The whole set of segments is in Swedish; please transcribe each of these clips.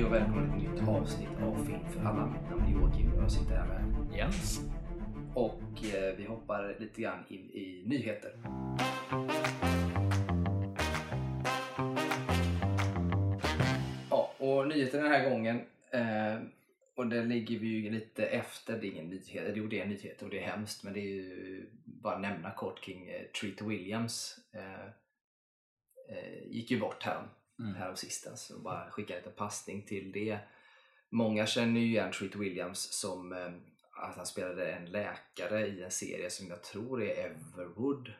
och välkomna till ett nytt avsnitt av Film för alla. Mitt namn är Joakim och jag sitter här med Jens. Och vi hoppar lite grann in i nyheter. Ja, och nyheter den här gången, och där ligger vi ju lite efter. Det är ingen nyhet, det är en nyhet och det är hemskt, men det är ju bara att nämna kort kring Treat Williams. Gick ju bort här sistens, och bara skicka lite passning till det. Många känner ju igen Treat Williams som att han spelade en läkare i en serie som jag tror är Everwood.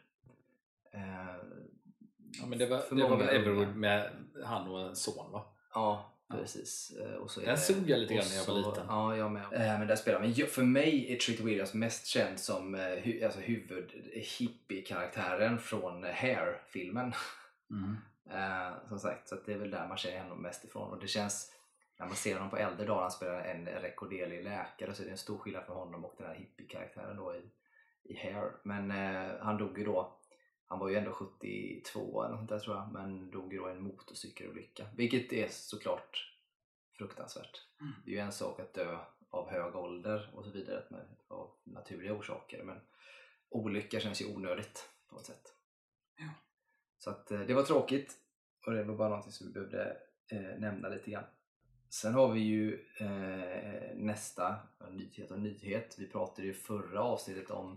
Ja, men det var väl Everwood med han och en son, va? Ja, precis. Och så den såg jag lite grann när jag var liten. Ja, jag med. Men där spelar men för mig är Treat Williams mest känd som hippie-karaktären från Hair-filmen. Som sagt, så att det är väl där man känner honom mest ifrån. Och det känns, när man ser honom på äldre dagar, han spelar en rekorderlig läkare, så är det en stor skillnad för honom och den här hippie-karaktären då i Hair. Men han dog ju då, han var ju ändå 72 eller något där, tror jag, men dog ju då i en motorcykelolycka, vilket är såklart fruktansvärt. Det är ju en sak att dö av hög ålder och så vidare av naturliga orsaker, men olycka känns ju onödigt på något sätt. Ja. Så att det var tråkigt, och det var bara någonting som vi behövde nämna lite grann. Sen har vi ju nästa nyhet. Vi pratade ju förra avsnittet om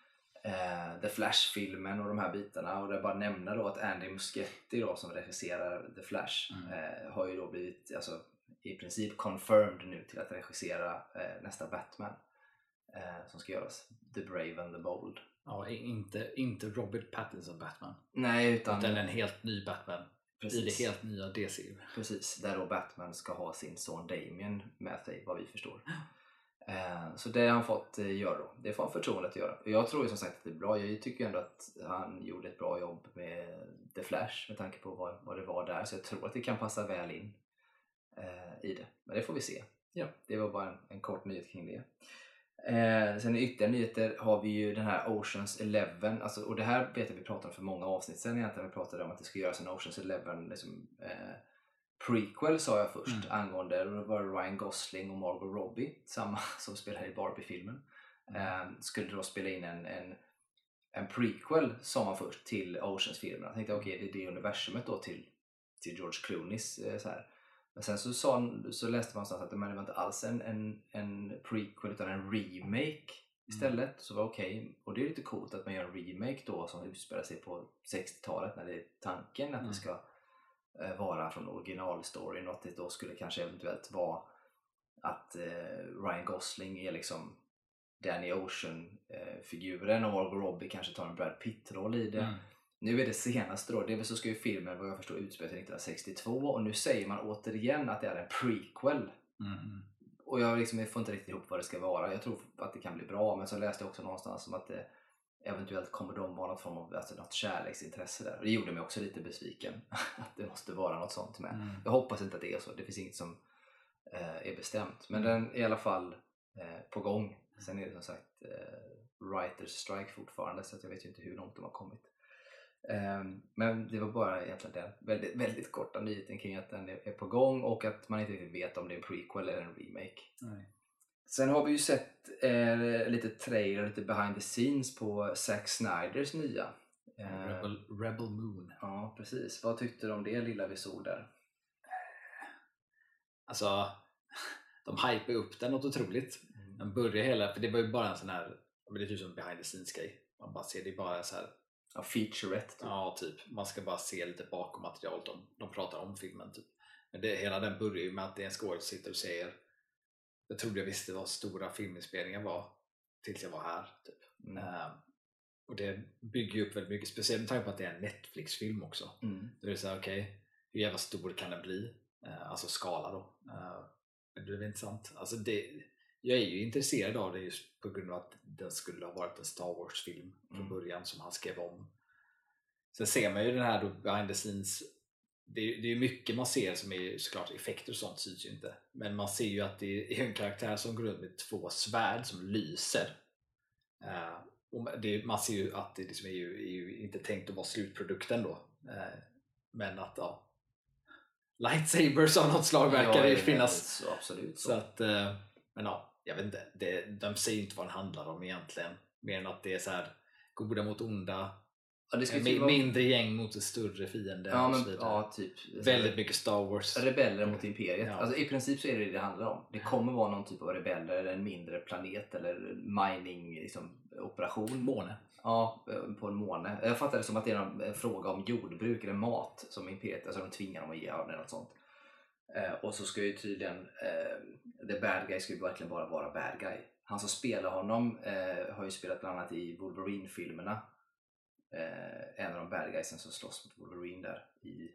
The Flash-filmen och de här bitarna, och det är bara nämna då att Andy Muschietti då, som regisserar The Flash, har ju då blivit i princip confirmed nu till att regissera nästa Batman som ska göras, The Brave and the Bold. Ja, inte Robert Pattinson Batman. Nej, utan en helt ny Batman. Precis. I det helt nya DC. Precis, där då Batman ska ha sin son Damien med sig, vad vi förstår. Så det har han fått göra då. Det får han förtroendet att göra. Jag tror ju som sagt att det är bra. Jag tycker ändå att han gjorde ett bra jobb med The Flash, med tanke på vad det var där. Så jag tror att det kan passa väl in i det. Men det får vi se. Ja, det var bara en kort nyhet kring det. Sen i ytterligare nyheter har vi ju den här Oceans 11, och det här vet jag vi pratade om för många avsnitt sen egentligen. Vi pratade om att det ska göras en Oceans 11 prequel, sa jag först, angående Ryan Gosling och Margot Robbie, samma som spelar i Barbie-filmen. Skulle då spela in en prequel, sa man först, till Oceans-filmen. Jag tänkte okej, det är det universumet då till George Clooney's så här. Men sen så läste man att det var inte alls en prequel utan en remake istället. Så var okej. Och det är lite coolt att man gör en remake då som utspelar sig på 60-talet, när det är tanken att det ska vara från originalstoryn, och att det då skulle kanske eventuellt vara att Ryan Gosling är liksom Danny Ocean-figuren och Margot Robbie kanske tar en Brad Pitt-roll i det. Nu är det senaste då, så ska ju filmen, vad jag förstår, utspela sig 1962, och nu säger man återigen att det är en prequel. Och jag får inte riktigt ihop vad det ska vara. Jag tror att det kan bli bra, men så läste jag också någonstans om att det eventuellt kommer de vara något form av något kärleksintresse där. Och det gjorde mig också lite besviken att det måste vara något sånt med. Jag hoppas inte att det är så. Det finns inget som är bestämt. Men den är i alla fall på gång. Sen är det som sagt writers strike fortfarande, så att jag vet ju inte hur långt de har kommit. Men det var bara egentligen den väldigt, väldigt korta nyheten kring att den är på gång, och att man inte riktigt vet om det är en prequel eller en remake. Nej. Sen har vi ju sett lite trailer, lite behind the scenes på Zack Snyders nya Rebel Moon. Ja, precis. Vad tyckte du om det lilla vi såg där? Alltså, de hypar upp den något otroligt. Den börjar hela, för det var ju bara en sån här, det är typ som behind the scenes grej. Man bara ser, det är bara så här. Ja, featurette typ. Ja, typ. Man ska bara se lite bakom materialet. De pratar om filmen typ. Men hela den börjar ju med att det är en skådespelare som sitter och säger, jag trodde jag visste vad stora filminspelningar var tills jag var här typ. Och det bygger ju upp väldigt mycket, speciellt med tanke på att det är en Netflix-film också. Då är det så här, okej, hur jävla stor kan den bli? Alltså skala då. Men det är intressant. Alltså jag är ju intresserad av det just på grund av att den skulle ha varit en Star Wars-film från början som han skrev om. Sen ser man ju den här då behind the scenes. Det är ju mycket man ser som är såklart effekter och sånt syns ju inte. Men man ser ju att det är en karaktär som går runt med 2 svärd som lyser. Och man ser ju att det liksom är ju inte tänkt att vara slutprodukten då. Men att lightsabers av något slag verkar det finnas. Så, absolut. Så att, men ja, jag vet inte. De säger inte vad den handlar om egentligen. Mer än att det är så här goda mot onda. Ja, det mindre gäng mot en större fiende. Ja, och så vidare. ja, typ. Väldigt mycket Star Wars. Rebeller mot imperiet. Ja. Alltså, i princip så är det handlar om. Det kommer vara någon typ av rebeller eller en mindre planet eller mining liksom, operation. Måne. Ja, på en måne. Jag fattar det som att det är en fråga om jordbruk eller mat som imperiet, alltså de tvingar dem att ge eller något sånt. Och så ska ju tydligen the bad guy ska ju verkligen bara vara bad guy. Han som spelar honom har ju spelat bland annat i Wolverine-filmerna. En av de bad guysen som slåss mot Wolverine där i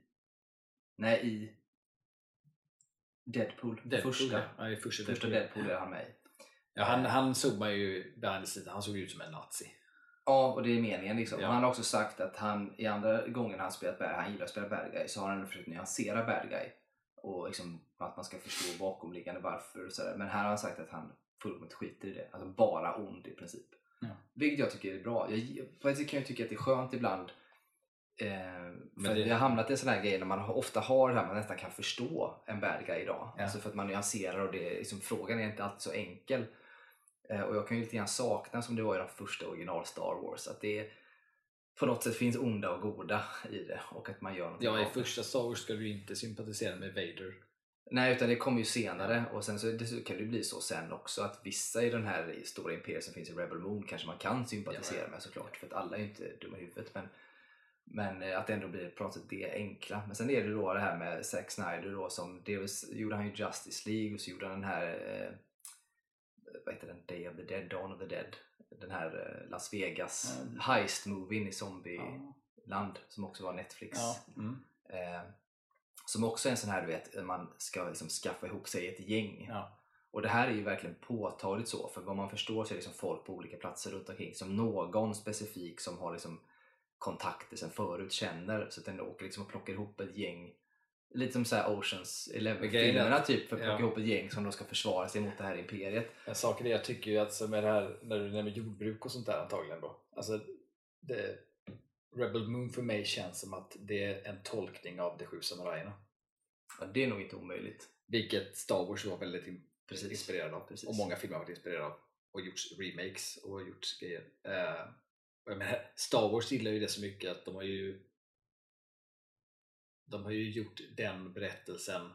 Deadpool. Första Deadpool är han med i. Ja, han såg man ju behind the scenes, han såg ut som en nazi. Ja, och det är meningen liksom. Ja. Han har också sagt att han i andra gången han spelat han gillar att spela bad guy, så har han försökt nyansera bad guy och liksom att man ska förstå bakomliggande varför och sådär. Men här har han sagt att han fullkomligt skiter i det, alltså bara ond i princip. Ja. Vilket jag tycker är bra. På ett sätt kan jag tycka att det är skönt ibland. För jag har hamnat i en sån här grej när man ofta har det här man nästan kan förstå en bad guy idag. Ja. Alltså för att man nyanserar och det, liksom, frågan är inte alltid så enkel. Och jag kan ju lite grann sakna som det var i de första original Star Wars. Att det på något sätt finns onda och goda i det. Och att man gör något. Ja, i första Star Wars ska du inte sympatisera med Vader. Nej, utan det kommer ju senare. Och sen så kan det bli så sen också att vissa i den här stora imperiet som finns i Rebel Moon kanske man kan sympatisera med såklart. För att alla är ju inte dumma i huvudet. Men att det ändå blir på något sätt det enkla. Men sen är det då det här med Zack Snyder då, som dels gjorde han ju Justice League och så gjorde han den här vad heter den? Day of the Dead, Dawn of the Dead. Den här Las Vegas heist-movien i zombie-land som också var Netflix. Ja. Som också är en sån här, du vet, man ska liksom skaffa ihop sig ett gäng. Ja. Och det här är ju verkligen påtagligt så, för vad man förstår så är det liksom folk på olika platser runt omkring som någon specifik som har liksom kontakter sen förut känner, så att den åker liksom och plockar ihop ett gäng. Lite som så här Oceans 11-filmerna typ, för att plocka ihop ett gäng som då ska försvara sig mot det här imperiet. En sak är det jag tycker ju att med det här, när du nämner jordbruk och sånt där antagligen då. Alltså, Rebel Moon för mig känns som att det är en tolkning av de 7 samurajerna. Ja, det är nog inte omöjligt. Vilket Star Wars var väldigt inspirerad av. Precis. Och många filmer har varit inspirerade av. Och gjort remakes och gjort grejer. Jag menar, Star Wars gillar ju det så mycket att de har ju gjort den berättelsen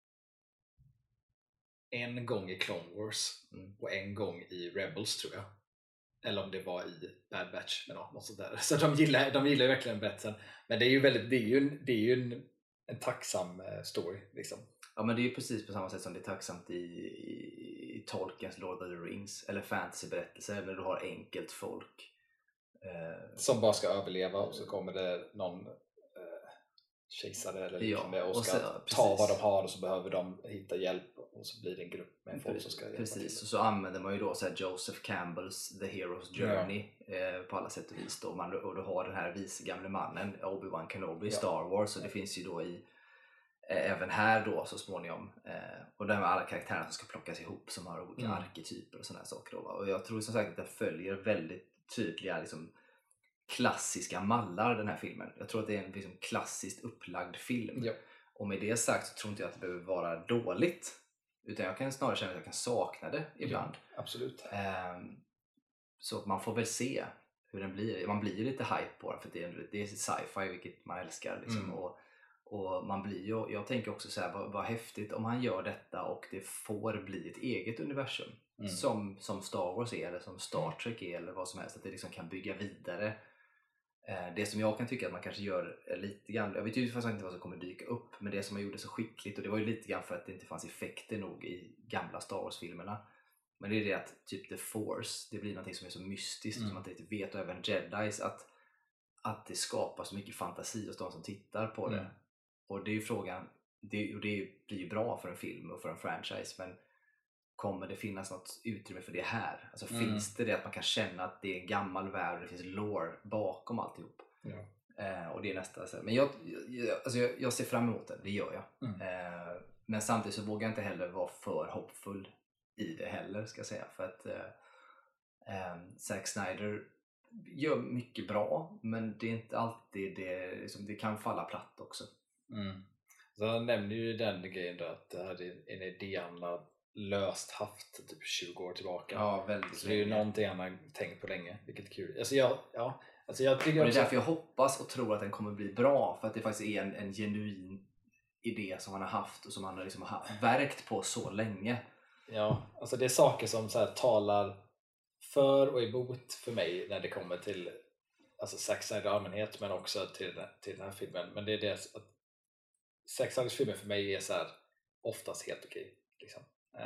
en gång i Clone Wars och en gång i Rebels tror jag. Eller om det var i Bad Batch, men något sånt där. Så de gillar ju verkligen berättelsen. Men det är ju en tacksam story liksom. Ja, men det är ju precis på samma sätt som det är tacksamt i Tolkiens Lord of the Rings eller fantasyberättelser när du har enkelt folk som bara ska överleva och så kommer det någon kejsare eller liknande och ska ta vad de har och så behöver de hitta hjälp och så blir det en grupp med folk som ska hjälpa till. Och så använder man ju då så här Joseph Campbells The Hero's Journey på alla sätt och vis då. Och du har den här vise gamle mannen Obi-Wan Kenobi i Star Wars, och det finns ju då i även här då så småningom och det här med alla karaktärer som ska plockas ihop som har olika arketyper och sådana här saker då, va? Och jag tror som sagt att den följer väldigt tydliga liksom klassiska mallar, den här filmen. Jag tror att det är en liksom klassiskt upplagd film. Ja. Och med det sagt så tror inte jag att det behöver vara dåligt, utan jag kan snarare känna att jag kan sakna det ibland. Ja, absolut. Så man får väl se hur den blir. Man blir ju lite hype på den för det är sci-fi, vilket man älskar liksom. Och man blir ju, jag tänker också så här, vad häftigt om han gör detta och det får bli ett eget universum som Star Wars är eller som Star Trek är eller vad som helst, att det liksom kan bygga vidare. Det som jag kan tycka att man kanske gör lite grann, jag vet ju faktiskt inte vad som kommer dyka upp, men det som man gjorde så skickligt, och det var ju lite grann för att det inte fanns effekter nog i gamla Star Wars-filmerna, men det är det att typ The Force, det blir någonting som är så mystiskt som man inte riktigt vet, och även Jedis, att det skapar så mycket fantasi hos de som tittar på det. Och det är ju frågan, det blir ju bra för en film och för en franchise, men kommer det finnas något utrymme för det här? Alltså finns det att man kan känna att det är en gammal värld och det finns lore bakom alltihop? Och det är nästa. Men jag ser fram emot det gör jag. Men samtidigt så vågar jag inte heller vara för hoppfull i det heller, ska jag säga. För att Zack Snyder gör mycket bra, men det är inte alltid det kan falla platt också. Så han nämner ju den grejen då, att det här är en idé han har löst haft typ 20 år tillbaka. Ja, väldigt så det är ju länge. någonting han har tänkt på länge, vilket är kul. Alltså jag tycker Och det är också... därför jag hoppas och tror att den kommer bli bra, för att det faktiskt är en genuin idé som han har haft och som han har liksom verkt på så länge. Ja, alltså det är saker som så här talar för och emot för mig när det kommer till alltså Zack Snyder i allmänhet, men också till den här filmen. Men det är det att Zack Snyders filmer för mig är så här oftast helt okej liksom.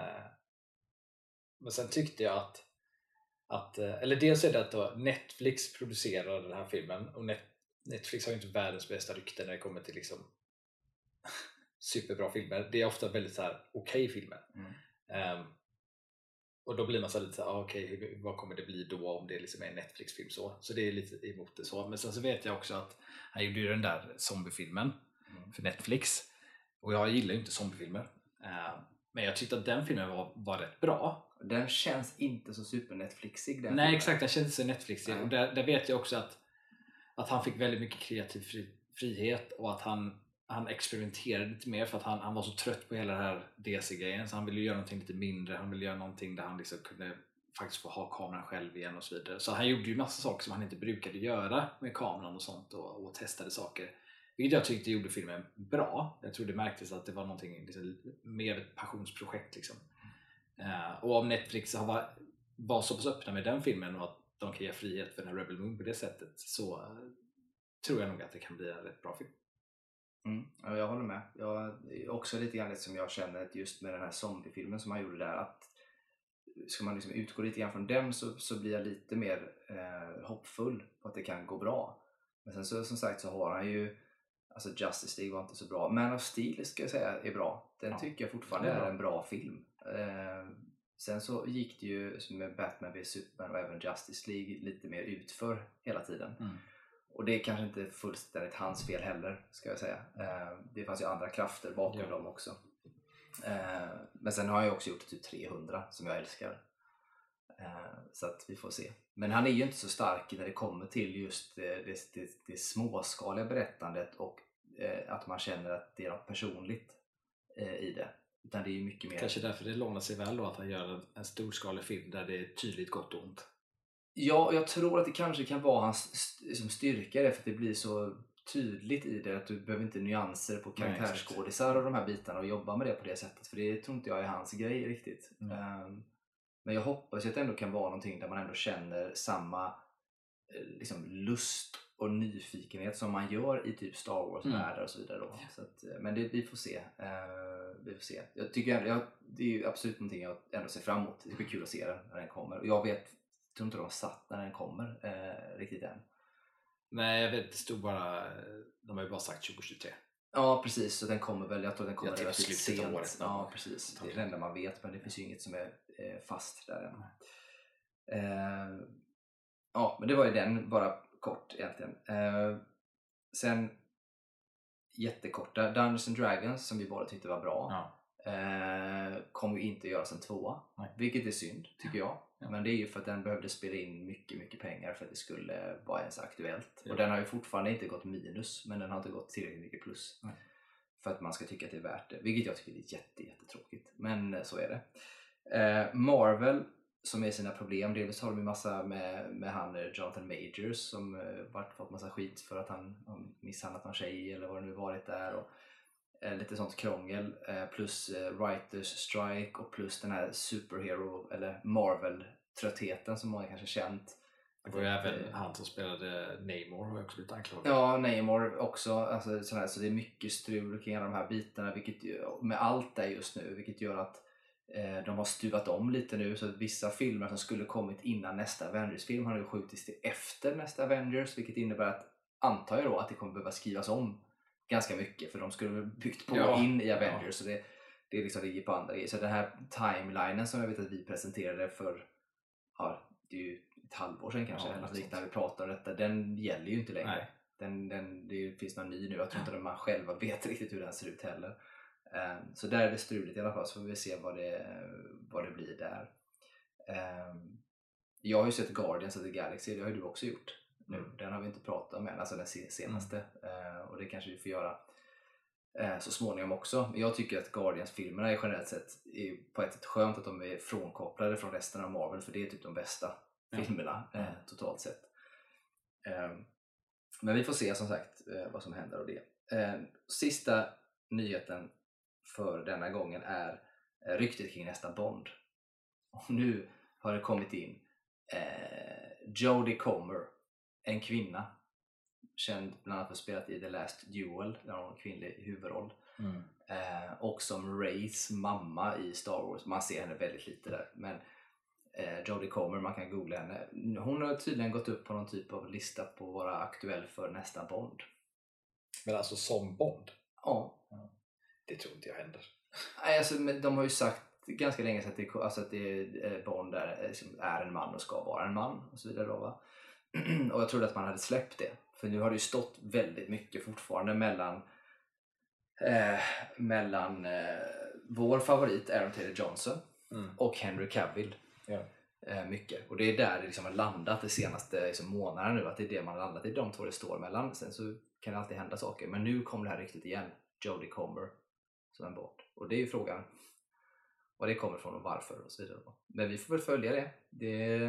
Men sen tyckte jag att eller dels är det att då Netflix producerar den här filmen, och Netflix har ju inte världens bästa rykte när det kommer till liksom superbra filmer. Det är ofta väldigt så här okej filmer. Och då blir man så lite såhär, okej, vad kommer det bli då om det liksom är en Netflix-film så det är lite emot det så. Men sen så vet jag också att han gjorde ju den där zombiefilmen för Netflix, och jag gillar ju inte zombiefilmer, men jag tyckte att den filmen var rätt bra. Den känns inte så super Netflixig. Nej, filmen. exakt, den känns inte så Netflixig. Och där vet jag också att han fick väldigt mycket kreativ frihet, och att han experimenterade lite mer, för att han var så trött på hela den här DC-grejen, så han ville göra någonting lite mindre. Han ville göra någonting där han liksom kunde faktiskt få ha kameran själv igen och så vidare. Så han gjorde ju massa saker som han inte brukade göra med kameran och sånt, och testade saker, vilket jag tyckte gjorde filmen bra. Jag tror det märktes att det var någonting liksom, mer ett passionsprojekt liksom. Och om Netflix var så pass öppna med den filmen, och att de kan ge frihet för den här Rebel Moon på det sättet, så tror jag nog att det kan bli en rätt bra film. Ja, jag håller med. Jag också lite grann det som jag känner att just med den här zombiefilmen som han gjorde där, att ska man liksom utgå lite grann från den, så blir jag lite mer hoppfull på att det kan gå bra. Men sen så som sagt så har han ju, alltså Justice League var inte så bra. Man of Steel ska jag säga är bra. Den tycker jag fortfarande är en bra film. Sen så gick det ju med Batman vs Superman och även Justice League lite mer utför hela tiden. Och det är kanske inte fullständigt hans fel heller, ska jag säga. Det fanns ju andra krafter bakom dem också. Men sen har jag också gjort typ 300 som jag älskar. Så att vi får se. Men han är ju inte så stark när det kommer till just det småskaliga berättandet, och att man känner att det är något personligt i det. Utan det är ju mycket mer... Kanske därför det lånar sig väl då att han gör en storskalig film där det är tydligt gott och ont. Ja, jag tror att det kanske kan vara hans styrka, det, för att det blir så tydligt i det, att du behöver inte nyanser på karaktärsskådisar och de här bitarna och jobba med det på det sättet, för det tror inte jag är hans grej riktigt. Men jag hoppas att det ändå kan vara någonting där man ändå känner samma liksom lust och nyfikenhet som man gör i typ Star Wars-världar och så vidare då. Så att, men vi får se. Vi får se. Jag tycker det är ju absolut någonting jag ändå ser fram emot. Det blir kul att se den när den kommer. Och jag tror inte de har satt när den kommer riktigt än. Nej, jag vet, det stod bara, de har ju bara sagt 2023. Ja, precis. Så den kommer väl, jag tror den kommer relativt sent. Året, ja, precis. Det är det enda man vet, men det finns ju inget som är fast där än. Ja, men det var ju den, bara kort egentligen. Sen jättekorta Dungeons and Dragons, som vi båda tyckte var bra, kommer ju inte göras en 2, vilket är synd tycker jag. Men det är ju för att den behövde spela in mycket, mycket pengar för att det skulle vara ens aktuellt. Och den har ju fortfarande inte gått minus, men den har inte gått tillräckligt mycket plus för att man ska tycka att det är värt det, vilket jag tycker är jättetråkigt, men så är det. Marvel, som är sina problem, delvis har de ju massa med han Jonathan Majors som fått massa skit för att han misshandlat någon tjej eller vad det nu varit där, och lite sånt krångel, plus writers strike, och plus den här superhero eller Marvel-tröttheten som många kanske känt. Det var ju även han som spelade Namor har också blivit anklagad. Ja, Namor också, alltså, så det är mycket strul kring de här bitarna, vilket med allt där just nu, vilket gör att de har stuvat om lite nu, så att vissa filmer som skulle kommit innan nästa Avengers-film har nu skjutits till efter nästa Avengers, vilket innebär att, antar jag då, att det kommer behöva skrivas om ganska mycket, för de skulle byggt på in i Avengers, så det liksom ligger på andra grejer. Så den här timelinen som jag vet att vi presenterade för, det är ju ett halvår sedan kanske, eller liknande, vi pratade om detta, den gäller ju inte längre. Det finns någon ny nu, jag tror inte att man själva vet riktigt hur den ser ut heller. Så där är det struligt i alla fall, så får vi se vad det blir där. Jag har ju sett Guardians of the Galaxy, det har ju du också gjort nu. Den har vi inte pratat om än, alltså den senaste, och det kanske vi får göra så småningom också. Men jag tycker att Guardians-filmerna är generellt sett på ett sätt skönt att de är frånkopplade från resten av Marvel, för det är typ de bästa filmerna totalt sett. Men vi får se som sagt vad som händer av det. Sista nyheten för denna gången är ryktet kring nästa Bond. Och nu har det kommit in Jodie Comer, en kvinna känd bland annat för spelat i The Last Duel, där hon har en kvinnlig huvudroll. Och som Reys mamma i Star Wars. Man ser henne väldigt lite där, men Jodie Comer, man kan googla henne. Hon har tydligen gått upp på någon typ av lista på att vara aktuell för nästa Bond. Men alltså som Bond? Ja. Det tror inte jag händer. Nej, alltså, de har ju sagt ganska länge sedan att det är Bond där är en man och ska vara en man och så vidare då, va? Och jag trodde att man hade släppt det, för nu har det ju stått väldigt mycket fortfarande mellan vår favorit Aaron Taylor Johnson och Henry Cavill. Mycket, och det är där det liksom har landat de senaste månaderna nu, att det är det man har landat i, de två det står mellan. Sen så kan det alltid hända saker, men nu kommer det här riktigt igen, Jodie Comer som en Bond, och det är ju frågan var det kommer ifrån och varför och så vidare. Men vi får väl följa det.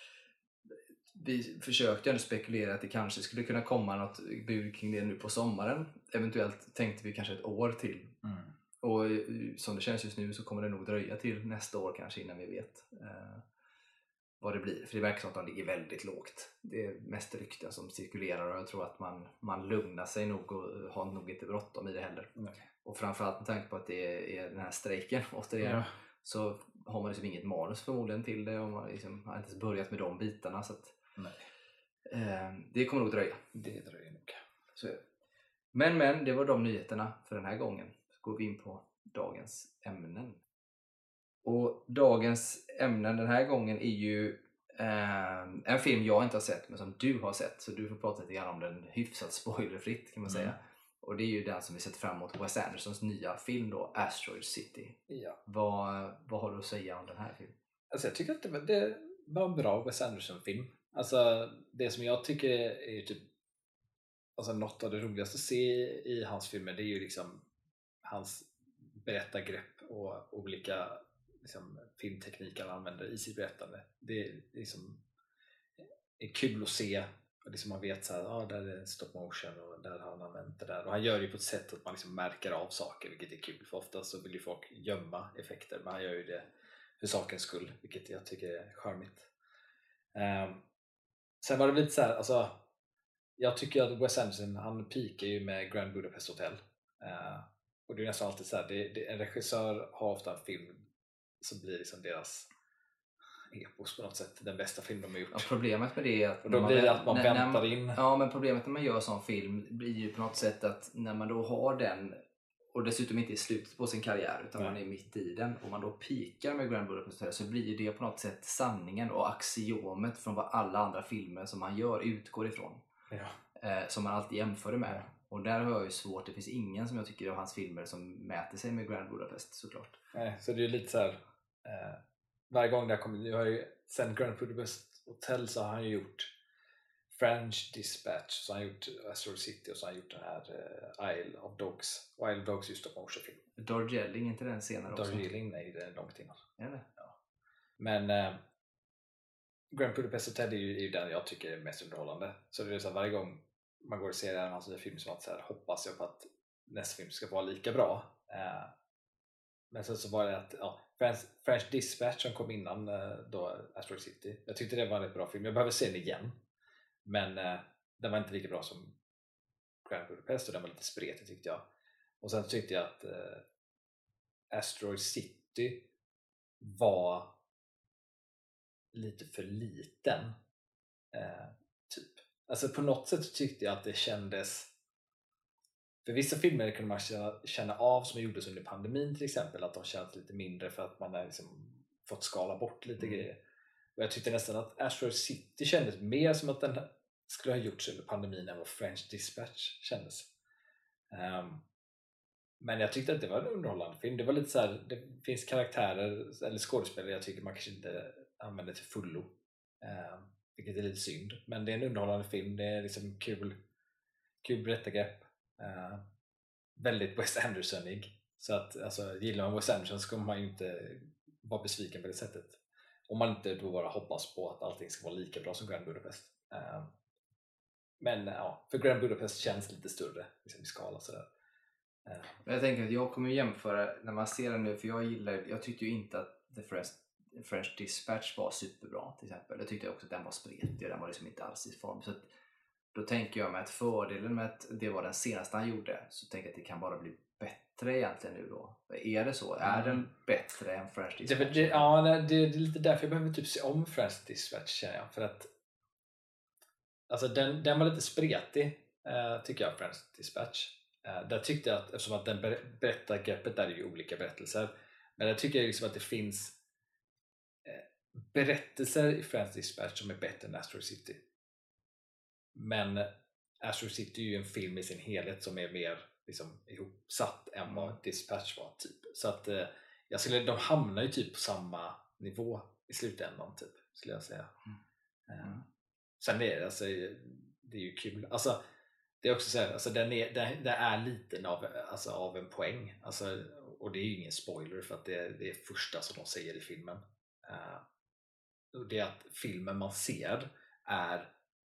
Vi försökte ändå spekulera att det kanske skulle kunna komma något bud kring det nu på sommaren. Eventuellt tänkte vi kanske ett år till. Och som det känns just nu så kommer det nog dröja till nästa år kanske innan vi vet vad det blir. För det verkar som att de ligger väldigt lågt. Det är mest rykten som cirkulerar, och jag tror att man lugnar sig nog och har nog inte bråttom i det heller. Och framförallt med tanke på att det är den här strejken återigen, så har man liksom inget manus förmodligen till det, och man liksom har inte ens börjat med de bitarna, så att det kommer nog dröja. Det dröjer nog. Så är det. Men det var de nyheterna för den här gången. Så går vi in på dagens ämnen. Och dagens ämnen den här gången är ju en film jag inte har sett men som du har sett, så du får prata lite grann om den hyfsat spoilerfritt kan man säga. Och det är ju den som vi sett fram emot, Wes Andersons nya film då, Asteroid City. Ja. Vad har du att säga om den här filmen? Alltså jag tycker att det var en bra Wes Anderson-film. Alltså det som jag tycker är typ, alltså något av det roligaste att se i hans filmer, det är ju liksom hans berättargrepp och olika liksom filmtekniker han använder i sitt berättande. Det är liksom är kul att se, och liksom man vet så här, där är stop motion och där har han använt det där, och han gör det på ett sätt att man liksom märker av saker, vilket är kul, för ofta så vill ju folk gömma effekter, men han gör ju det för sakens skull, vilket jag tycker är charmigt. Sen var det lite så här, alltså jag tycker att Wes Anderson, han pikar ju med Grand Budapest Hotel, och det är nästan alltid så här, en regissör har ofta en film som blir liksom deras epos på något sätt, den bästa film de har gjort. Ja, problemet med det är att, och då blir det att man väntar in. Ja, men problemet när man gör sån film blir ju på något sätt att när man då har den, och dessutom inte i slutet på sin karriär utan man är mitt i den, och man då pikar med Grand Budapest Hotel, så blir det på något sätt sanningen och axiomet från vad alla andra filmer som man gör utgår ifrån. Som man alltid jämför det med. Och där har jag ju svårt, det finns ingen som jag tycker av hans filmer som mäter sig med Grand Budapest såklart. Så det är ju lite så här, varje gång det har kommit, nu har ju sen Grand Budapest Hotel så har han ju gjort French Dispatch, så har han gjort Asteroid City, och så har han gjort den här Isle of Dogs. Och Isle of Dogs är ju stop motion film. Darjeeling, inte den senare också? Darjeeling, nej, det är långt innan. Ja. Men Grand Budapest Hotel är ju den jag tycker är mest underhållande. Så det är så här, varje gång man går och ser en av film som att så här, hoppas jag på att nästa film ska vara lika bra. Men sen så var det att French Dispatch som kom innan då Asteroid City, jag tyckte det var en rätt bra film. Jag behöver se den igen, men den var inte lika bra som Grand Budapest, och den var lite spretig tyckte jag. Och sen tyckte jag att Asteroid City var lite för liten typ. Alltså på något sätt tyckte jag att det kändes, för vissa filmer kunde man känna av som gjordes under pandemin till exempel, att de känns lite mindre för att man har liksom fått skala bort lite grejer. Och jag tyckte nästan att Asteroid City kändes mer som att den skulle ha gjorts under pandemin än vad French Dispatch kändes. Men jag tyckte att det var en underhållande film. Det var lite så här, det finns karaktärer eller skådespelare jag tycker man kanske inte använder till fullo, vilket är lite synd, men det är en underhållande film. Det är liksom kul berättargrepp. väldigt Wes Andersonig. Så att alltså, gillar man Wes Anderson så kommer man ju inte vara besviken på det sättet. Om man inte då bara hoppas på att allting ska vara lika bra som Grand Budapest. Men ja, för Grand Budapest känns lite större liksom, i skala sådär. Men jag tänker att jag kommer jämföra när man ser den nu, för jag tyckte ju inte att The French Dispatch var superbra till exempel. Jag tyckte också att den var spretig och den var liksom inte alls i form. Så att, då tänker jag mig att fördelen med att det var den senaste han gjorde, så tänker jag att det kan bara bli bättre egentligen nu då. Är det så? Är den bättre än French Dispatch? Det är lite därför jag behöver typ se om French Dispatch, känner jag. För att alltså, den var lite spretig, tycker jag, French Dispatch. Där tyckte jag att, eftersom att den berättargreppet där är ju olika berättelser, men där tycker jag liksom att det finns berättelser i French Dispatch som är bättre än Asteroid City. Men Asteroid City är ju en film i sin helhet som är mer liksom ihopsatt än vad Dispatch var typ. Så att de hamnar ju typ på samma nivå i slutändan typ, skulle jag säga. Sen är det, alltså, det är ju kul. Alltså, det är också så här, alltså, den är liten av en poäng. Alltså, och det är ju ingen spoiler för att det är första som de säger i filmen. Det är att filmen man ser är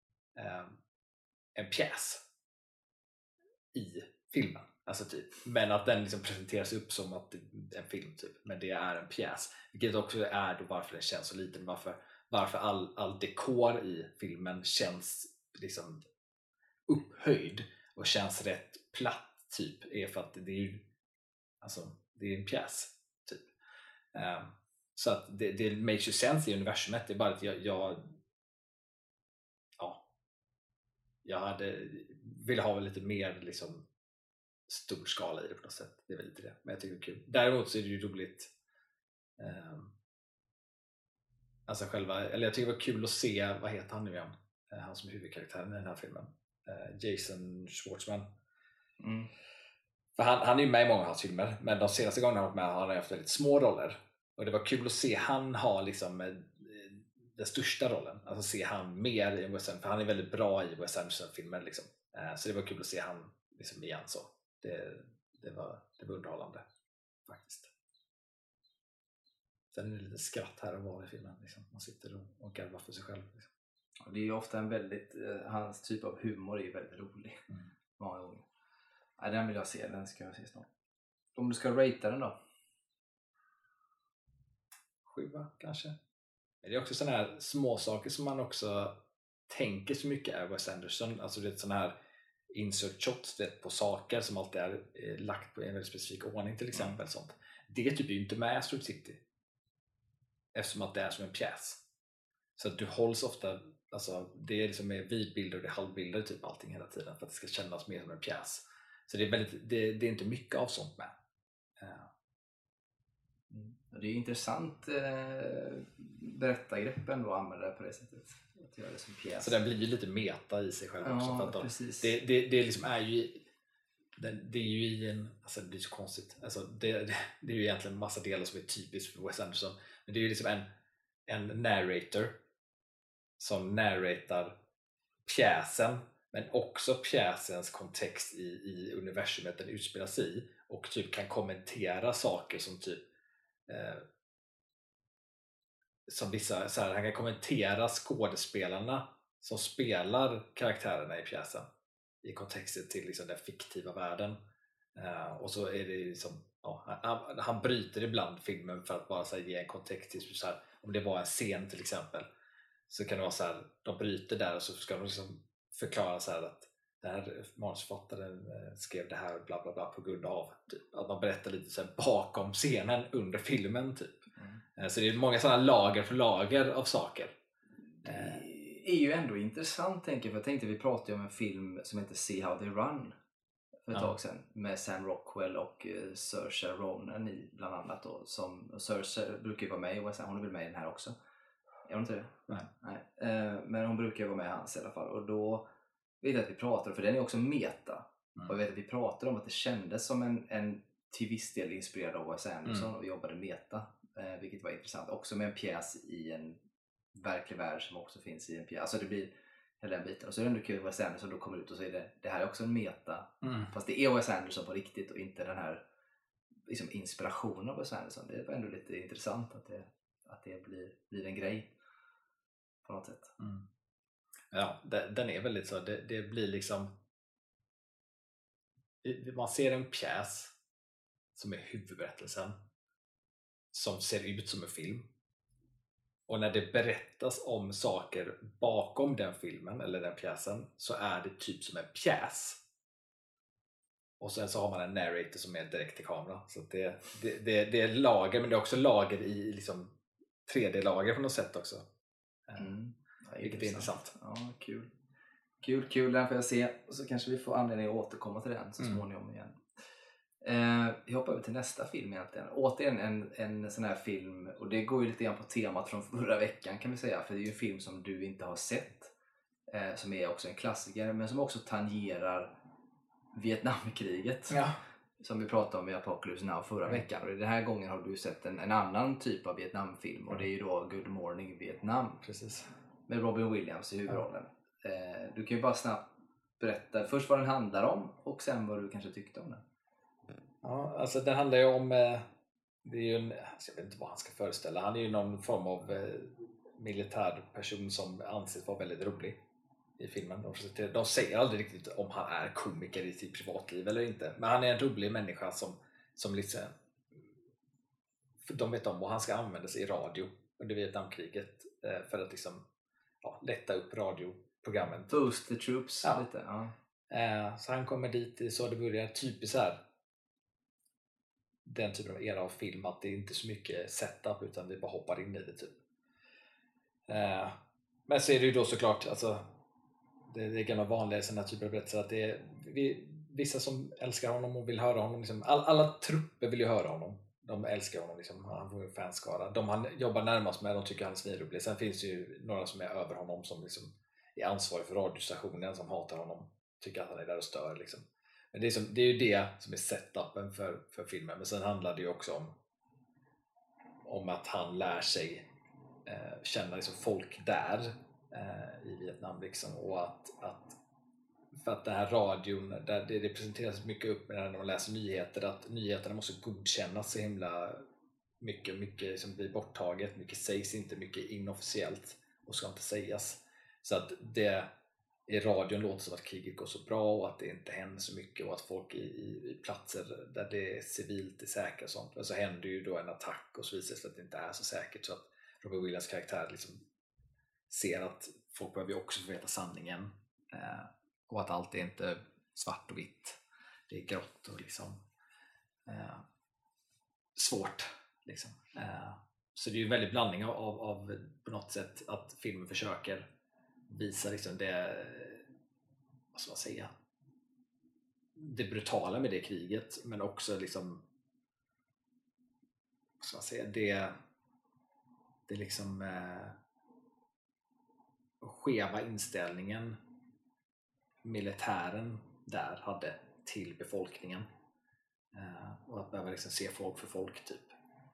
en pjäs i filmen, alltså typ. Men att den liksom presenteras upp som att det är en film typ, men det är en pjäs, vilket också är då varför den känns så liten, varför all dekor i filmen känns liksom upphöjd och känns rätt platt typ, är för att det är ju alltså, det är en pjäs typ. Så att det makes ju sense i universumet. Det är bara att jag hade ville ha lite mer liksom stor skala i det på något sätt. Det är väl lite det, men jag tycker det är kul. Däremot så är det ju roligt alltså jag tycker det var kul att se, vad heter han nu igen? Han som är huvudkaraktären i den här filmen, Jason Schwartzman. För han är ju med i många av hans filmer, men de senaste gångerna han varit med har han haft väldigt små roller. Och det var kul att se han ha liksom den största rollen, alltså se han mer i Wes Anderson, för han är väldigt bra i Wes Anderson-filmer liksom. Så det var kul att se han liksom igen så. Det var underhållande faktiskt. Sen är det lite skratt här och var i filmen liksom. Man sitter och garvar för sig själv liksom. Och det är ju ofta en väldigt, hans typ av humor är ju väldigt rolig många gånger. Ja, den vill jag se, den ska jag se snart. Om du ska ratea den då? 7 kanske. Men det är också sådana här små saker som man också tänker så mycket är Wes Anderson. Alltså det är sådana här insert shots på saker som alltid är lagt på en väldigt specifik ordning till exempel. Sånt. Det typ är ju inte med Asteroid City, eftersom att det är som en pjäs. Så att du hålls ofta, alltså det är liksom med vidbilder och det är halvbilder typ allting hela tiden för att det ska kännas mer som en pjäs. Så det är väldigt, det är inte mycket av sånt med. Det är intressant berättargrepp ändå att använda det på det sättet. Att göra det som pjäs. Så den blir ju lite meta i sig själv också. Ja, för att precis. Det liksom är ju det är ju i en, alltså det blir så konstigt. Alltså det är ju egentligen en massa delar som är typiskt för Wes Anderson. Men det är ju liksom en narrator som narratar pjäsen, men också pjäsens kontext i universumet den utspelar sig i, och typ kan kommentera saker som typ som vissa så här, han kan kommentera skådespelarna som spelar karaktärerna i pjäsen i kontexten till liksom den fiktiva världen. Och så är det liksom, han bryter ibland filmen för att bara så här, ge en kontext till så här, om det var en scen till exempel, så kan det vara så här, de bryter där och så ska de liksom förklara så här att den här manusförfattaren skrev det här bla bla bla på grund av typ, att man berättar lite så här bakom scenen under filmen typ. Så det är många sådana lager för lager av saker. Det är ju ändå intressant, tänker jag, för jag tänkte vi pratade om en film som heter See How They Run för ett tag sedan med Sam Rockwell och Saoirse Ronan i bland annat då, som Saoirse brukar ju vara med i Wes Anderson, hon är väl med i den här också. Är hon inte det? Nej. Men hon brukar ju vara med i hans i alla fall, och då vet jag att vi pratade, för den är också meta, och jag vet att vi pratade om att det kändes som en till viss del inspirerad av Wes Anderson och vi jobbade meta, vilket var intressant, också med en pjäs i en verklig värld som också finns i en pjäs. Alltså det blir hela den biten. Och så är det ändå kul att Wes Anderson då kommer ut och säger det här är också en meta. Fast det är Wes Anderson på riktigt och inte den här liksom inspirationen av Wes Anderson. Det är ändå lite intressant att det blir en grej på något sätt. Ja, den är väldigt så. Det blir liksom, man ser en pjäs som är huvudberättelsen som ser ut som en film, och när det berättas om saker bakom den filmen eller den pjäsen så är det typ som en pjäs, och sen så har man en narrator som är direkt till kamera, så det är lager, men det är också lager i liksom 3D-lager på något sätt också. Vilket är intressant. Ja, kul, den får jag se, och så kanske vi får anledning att återkomma till den så småningom igen. Vi hoppar över till nästa film egentligen. Återigen en sån här film, och det går ju lite grann på temat från förra veckan kan vi säga, för det är ju en film som du inte har sett, som är också en klassiker, men som också tangerar Vietnamkriget, som vi pratade om i Apocalypse Now förra veckan. Och den här gången har du sett en annan typ av Vietnamfilm, och det är ju då Good Morning Vietnam. Precis. Med Robin Williams i huvudrollen. Du kan ju bara snabbt berätta först vad den handlar om och sen vad du kanske tyckte om den. Ja, alltså den handlar ju om, det är ju alltså jag vet inte vad han ska föreställa. Han är ju någon form av militärperson som anses vara väldigt rolig i filmen. De säger aldrig riktigt om han är komiker i sitt privatliv eller inte, men han är en rolig människa som liksom, de vet om vad han ska använda sig i radio under Vietnamkriget för att liksom lätta upp radioprogrammen. Boost the troops lite. Ja. Så han kommer dit, så det börjar typiskt så här, den typen av era av film, att det är inte så mycket setup utan det bara hoppar in i det typ. Men så är det ju då såklart, alltså det är gamla vanliga sådana här typer av berättelser, att det är vissa som älskar honom och vill höra honom liksom, alla trupper vill ju höra honom. De älskar honom liksom, han får en fanskara. De han jobbar närmast med, de tycker han är svinrolig. Sen finns det ju några som är över honom, som liksom är ansvarig för radiostationen, som hatar honom, tycker att han är där och stör liksom. Men det är ju det som är setupen för filmen. Men sen handlar det ju också om att han lär sig känna liksom folk där i Vietnam liksom, och att för att den här radion, där det presenteras mycket upp med när man läser nyheter, att nyheterna måste godkännas så himla mycket som blir borttaget, mycket sägs inte, mycket inofficiellt och ska inte sägas, så att det i radion låter som att kriget går så bra och att det inte händer så mycket, och att folk i platser där det är civilt är säkra och sånt, men så händer ju då en attack och så visar det sig att det inte är så säkert, så att Robin Williams karaktär liksom ser att folk behöver ju också få veta sanningen, och att allt är inte svart och vitt, det är grått och liksom svårt liksom. Så det är ju en väldigt blandning av på något sätt att filmen försöker visa liksom det, vad ska man säga, det brutala med det kriget, men också liksom, vad ska man säga, det liksom skeva inställningen militären där hade till befolkningen, och att behöva liksom se folk för folk typ.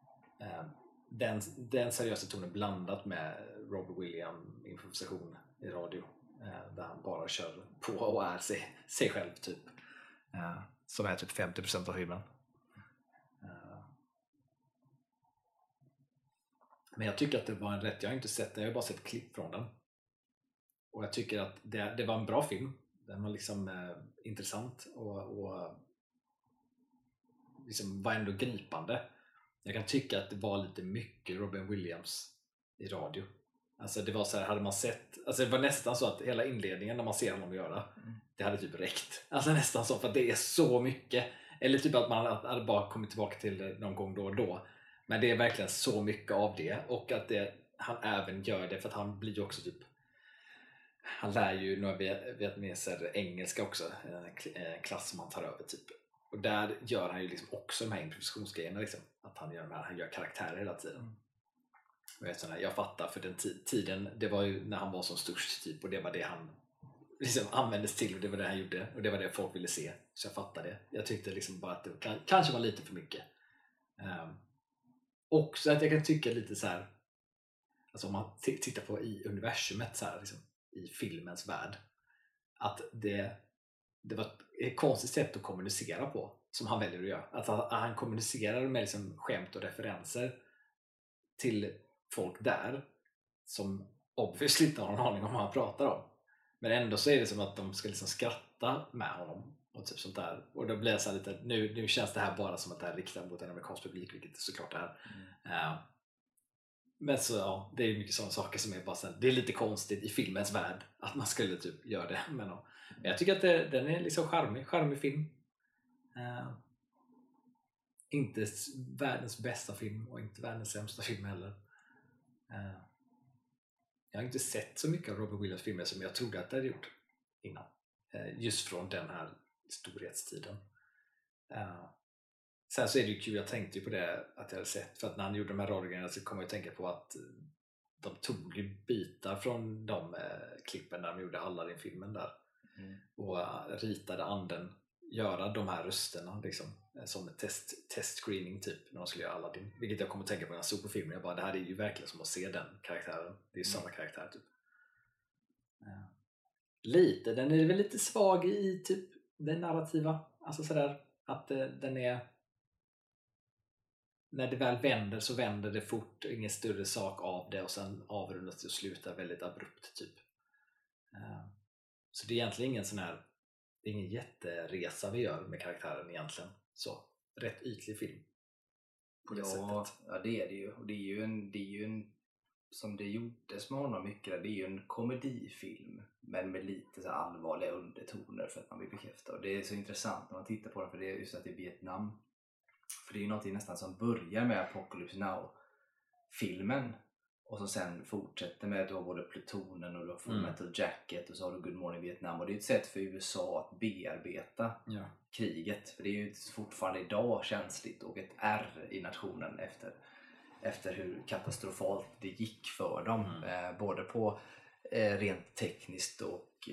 Den seriösa tonen blandat med Robert Williams improvisation i radio, där han bara kör på och är sig själv typ, som är typ 50% av filmen. Men jag tycker att det var en rätt, jag har inte sett den, jag har bara sett klipp från den, och jag tycker att det var en bra film. Den var liksom intressant och liksom var ändå gripande. Jag kan tycka att det var lite mycket Robin Williams i radio. Alltså det var så här, hade man sett, alltså det var nästan så att hela inledningen när man ser honom göra, det hade typ räckt. Alltså nästan så, för att det är så mycket. Eller typ att man hade bara kommit tillbaka till det någon gång då och då. Men det är verkligen så mycket av det, och att han även gör det för att han blir ju också typ, han lär ju några vietnameser engelska också, en klass som han tar över typ. Och där gör han ju liksom också de här improvisationsgrejerna liksom, att han gör karaktärer hela tiden. Jag fattar, för den tiden, det var ju när han var som störst typ, och det var det han liksom användes till, och det var det han gjorde, och det var det folk ville se, så jag fattar det. Jag tyckte liksom bara att det kanske var lite för mycket. Och så att jag kan tycka lite så här, alltså om man tittar på i universumet så här, liksom, i filmens värld. Att det var ett konstigt sätt att kommunicera på som han väljer att göra. Att han kommunicerar med liksom skämt och referenser till folk där som obviously inte har någon aning om vad han pratar om. Men ändå så är det som att de ska liksom skratta med honom och typ sånt där. Och då blir det så här lite, nu känns det här bara som att det här riktar mot en amerikansk publik, vilket är såklart det här. Men så ja, det är mycket sådana saker som är bara så här, det är lite konstigt i filmens värld att man skulle typ göra det. Men jag tycker att den är liksom charmig film. Inte världens bästa film och inte världens sämsta film heller. Jag har inte sett så mycket av Robin Williams filmer som jag trodde att jag hade gjort innan. Just från den här storhetstiden. Sen så är det ju kul, jag tänkte ju på det att jag hade sett, för att när han gjorde de här radiogrejerna så kom jag att tänka på att de tog ju bitar från de klippen när de gjorde Aladdin-filmen där. Och ritade anden göra de här rösterna liksom, som en testscreening typ när de skulle göra Aladdin, vilket jag kommer att tänka på när jag såg på filmen. Jag bara, det här är ju verkligen som att se den karaktären, det är ju samma karaktär typ. Lite, den är väl lite svag i typ den narrativa, alltså sådär att den är, när det väl vänder så vänder det fort, ingen större sak av det, och sen avrundas det och slutar väldigt abrupt typ. Så det är egentligen ingen sån här, det är ingen jätteresa vi gör med karaktären egentligen. Så, rätt ytlig film. På det sättet. Ja, det är det ju. Och det är ju en som det gjordes med honom mycket där, det är ju en komedifilm men med lite så allvarliga undertoner för att man vill bekräfta. Och det är så intressant när man tittar på den, för det är just att det är Vietnam. För det är ju något nästan som börjar med Apocalypse Now-filmen och som sen fortsätter med att du har både Plutonen och du har Full Metal Jacket och så har du Good Morning Vietnam. Och det är ett sätt för USA att bearbeta kriget. För det är ju fortfarande idag känsligt och ett ärr i nationen efter hur katastrofalt det gick för dem. Både på rent tekniskt och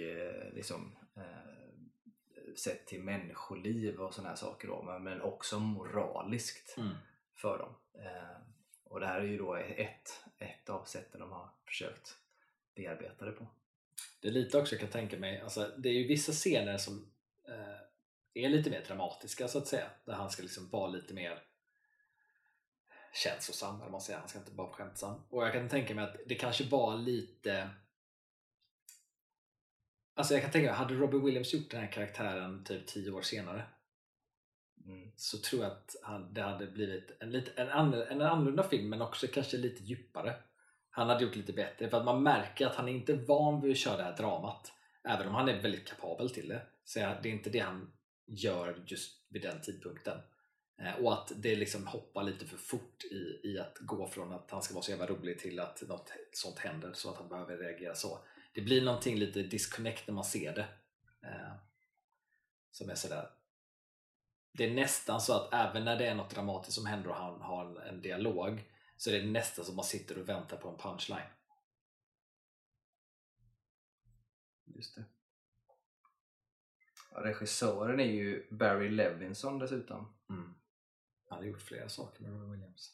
sett till människoliv och såna här saker då, men också moraliskt för dem. Och det här är ju då ett av sätten de har försökt bearbeta det på. Det är lite också jag kan tänka mig, alltså, det är ju vissa scener som är lite mer dramatiska så att säga, där han ska liksom vara lite mer känslosam, eller man säger, han ska inte bara vara skämtsam. Och jag kan tänka mig att det kanske var lite, alltså jag kan tänka mig, hade Robin Williams gjort den här karaktären typ 10 år senare så tror jag att det hade blivit en annorlunda film, men också kanske lite djupare. Han hade gjort lite bättre, för att man märker att han är inte van vid att köra det här dramat, även om han är väldigt kapabel till det. Så det är inte det han gör just vid den tidpunkten. Och att det liksom hoppar lite för fort i att gå från att han ska vara så jävla rolig till att något sånt händer så att han behöver reagera så. Det blir någonting lite disconnect när man ser det, som är sådär. Det är nästan så att även när det är något dramatiskt som händer och han har en dialog, så är det nästan som man sitter och väntar på en punchline. Just det. Ja, regissören är ju Barry Levinson dessutom. Han har gjort flera saker med Robin Williams.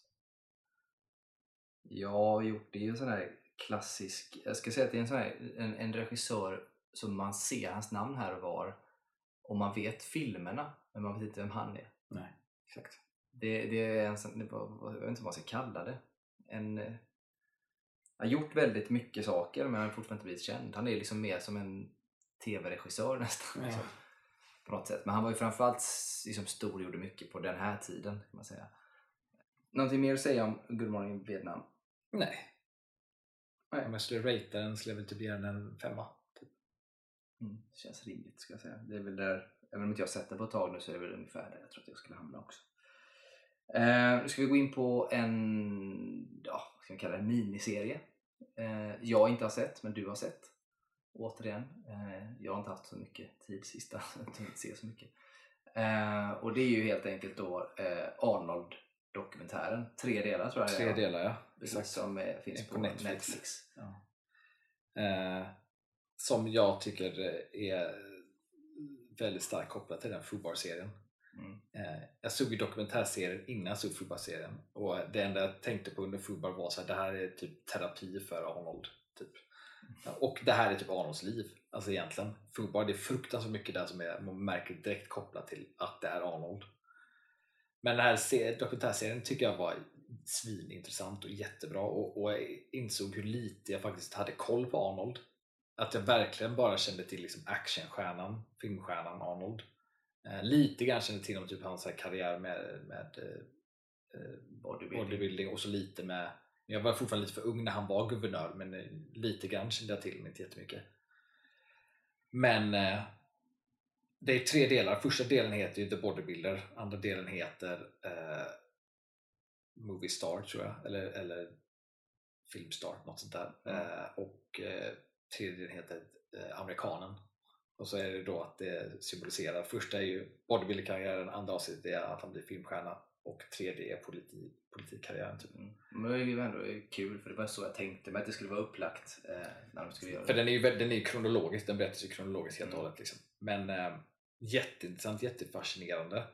Jag har gjort det ju sån här klassisk, jag ska säga att det är en sån här, en regissör som man ser hans namn här och var och man vet filmerna, men man vet inte vem han är. Nej, exakt. Det är en sån, jag vet inte vad man ska kalla det. Han har gjort väldigt mycket saker, men han har fortfarande inte blivit känd. Han är liksom mer som en tv-regissör nästan. Ja. Liksom, på något sätt. Men han var ju framförallt liksom stor och gjorde mycket på den här tiden, kan man säga. Någonting mer att säga om Good Morning Vietnam? Nej. Om jag skulle ratea den skulle jag väl typ ge den en 5. Typ. Det känns rimligt, ska jag säga. Det är väl där, även om inte jag sett det på ett tag nu, så är det väl ungefär där jag tror att jag skulle hamna också. Nu ska vi gå in på en, vad ska vi kalla det, miniserie. Jag inte har sett, men du har sett. Återigen, jag har inte haft så mycket tid sista, jag har inte se så mycket. Och det är ju helt enkelt då Arnold-dokumentären. 3 delar tror jag. 3 delar, ja. Exakt. Som finns på Netflix. Ja. Som jag tycker är väldigt starkt kopplat till den Fubar-serien. Jag såg ju dokumentärserien innan jag såg Fubar-serien, och det enda jag tänkte på under Fubar var så här, det här är typ terapi för Arnold typ. Och det här är typ Arnolds liv. Alltså egentligen. Det är fruktansvärt mycket där som man märker direkt kopplat till att det är Arnold. Men den här dokumentärserien tycker jag var svinintressant och jättebra. Och jag insåg hur lite jag faktiskt hade koll på Arnold. Att jag verkligen bara kände till liksom actionstjärnan, filmstjärnan Arnold. Lite grann kände till om typ hans här karriär med bodybuilding och så lite med. Jag var fortfarande lite för ung när han var guvernör, men lite grann kände jag till, men inte jättemycket. Men det är 3 delar. Första delen heter ju The Bodybuilder, andra delen heter Movie Star tror jag, eller Filmstar, något sånt där. Och tredje delen heter Amerikanen. Och så är det då att det symboliserar, första är ju bodybuilder-karriären, andra avsnittet är att han blir filmstjärna och tredje är politikkarriären typ. Men det är ju ändå kul, för det var så jag tänkte mig att det skulle vara upplagt när de skulle göra det. För den är ju kronologisk, den berättas ju kronologiskt helt och hållet liksom. Men jätteintressant, jättefascinerande.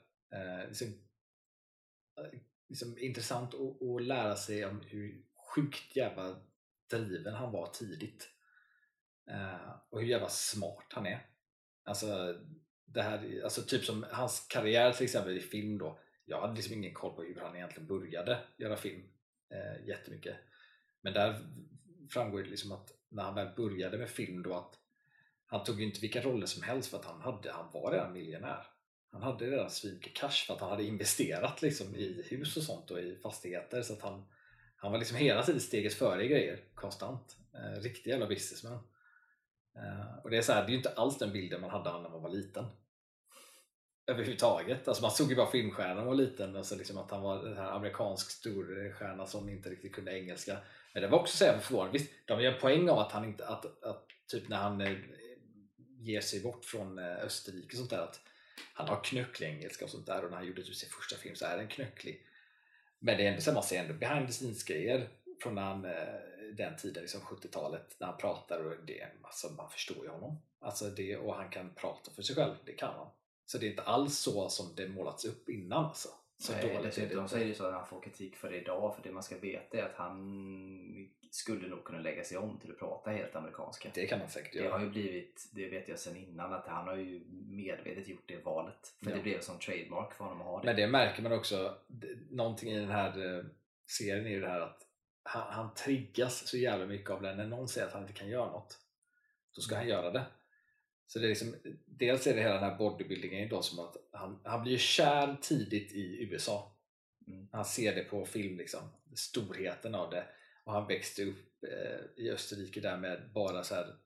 Liksom intressant att lära sig om hur sjukt jävla driven han var tidigt. Och hur jävla smart han är. Alltså det här, alltså typ som hans karriär till exempel i film då. Jag hade liksom ingen koll på hur han egentligen började göra film jättemycket. Men där framgår det liksom att när han väl började med film då, att han tog ju inte vilka roller som helst för att han var redan miljonär. Han hade redan svinmycket cash för att han hade investerat liksom i hus och sånt och i fastigheter, så att han var liksom hela tiden steget före i grejer konstant. Riktig jävla businessman. Och det är så här, det är ju inte alls den bilden man hade när man var liten överhuvudtaget. Alltså man såg ju bara filmstjärnan var liten, alltså liksom att han var den här amerikansk storstjärna som inte riktigt kunde engelska. Men det var också så jävla förvånande. Visst, de gör en poäng av att han inte att typ när han ger sig bort från Österrike och sånt där, att han har knöcklig engelska och sånt där, och när han gjorde typ sin första film så är den knöcklig. Men det är ändå så man ser ändå behind the scenes grejer från den tiden, liksom 70-talet, när han pratar, och det, alltså man förstår ju honom. Alltså det, och han kan prata för sig själv, det kan han. Så det är inte alls så som det målats upp innan alltså. Så nej, dessutom så är det ju så att han får kritik för det idag, för det man ska veta är att han skulle nog kunna lägga sig om till att prata helt amerikanska. Det kan man säkert göra. Det har ju blivit, det vet jag sedan innan, att han har ju medvetet gjort det valet. För det blev som trademark för honom att ha det. Men det märker man också, någonting i den här serien är ju det här att han triggas så jävla mycket av det. När någon säger att han inte kan göra något, då ska han göra det. Så det är liksom, dels är det hela den här bodybuildingen då, som att han blir kär tidigt i USA. Han ser det på film liksom, storheten av det, och han växte upp i Österrike där med bara så här,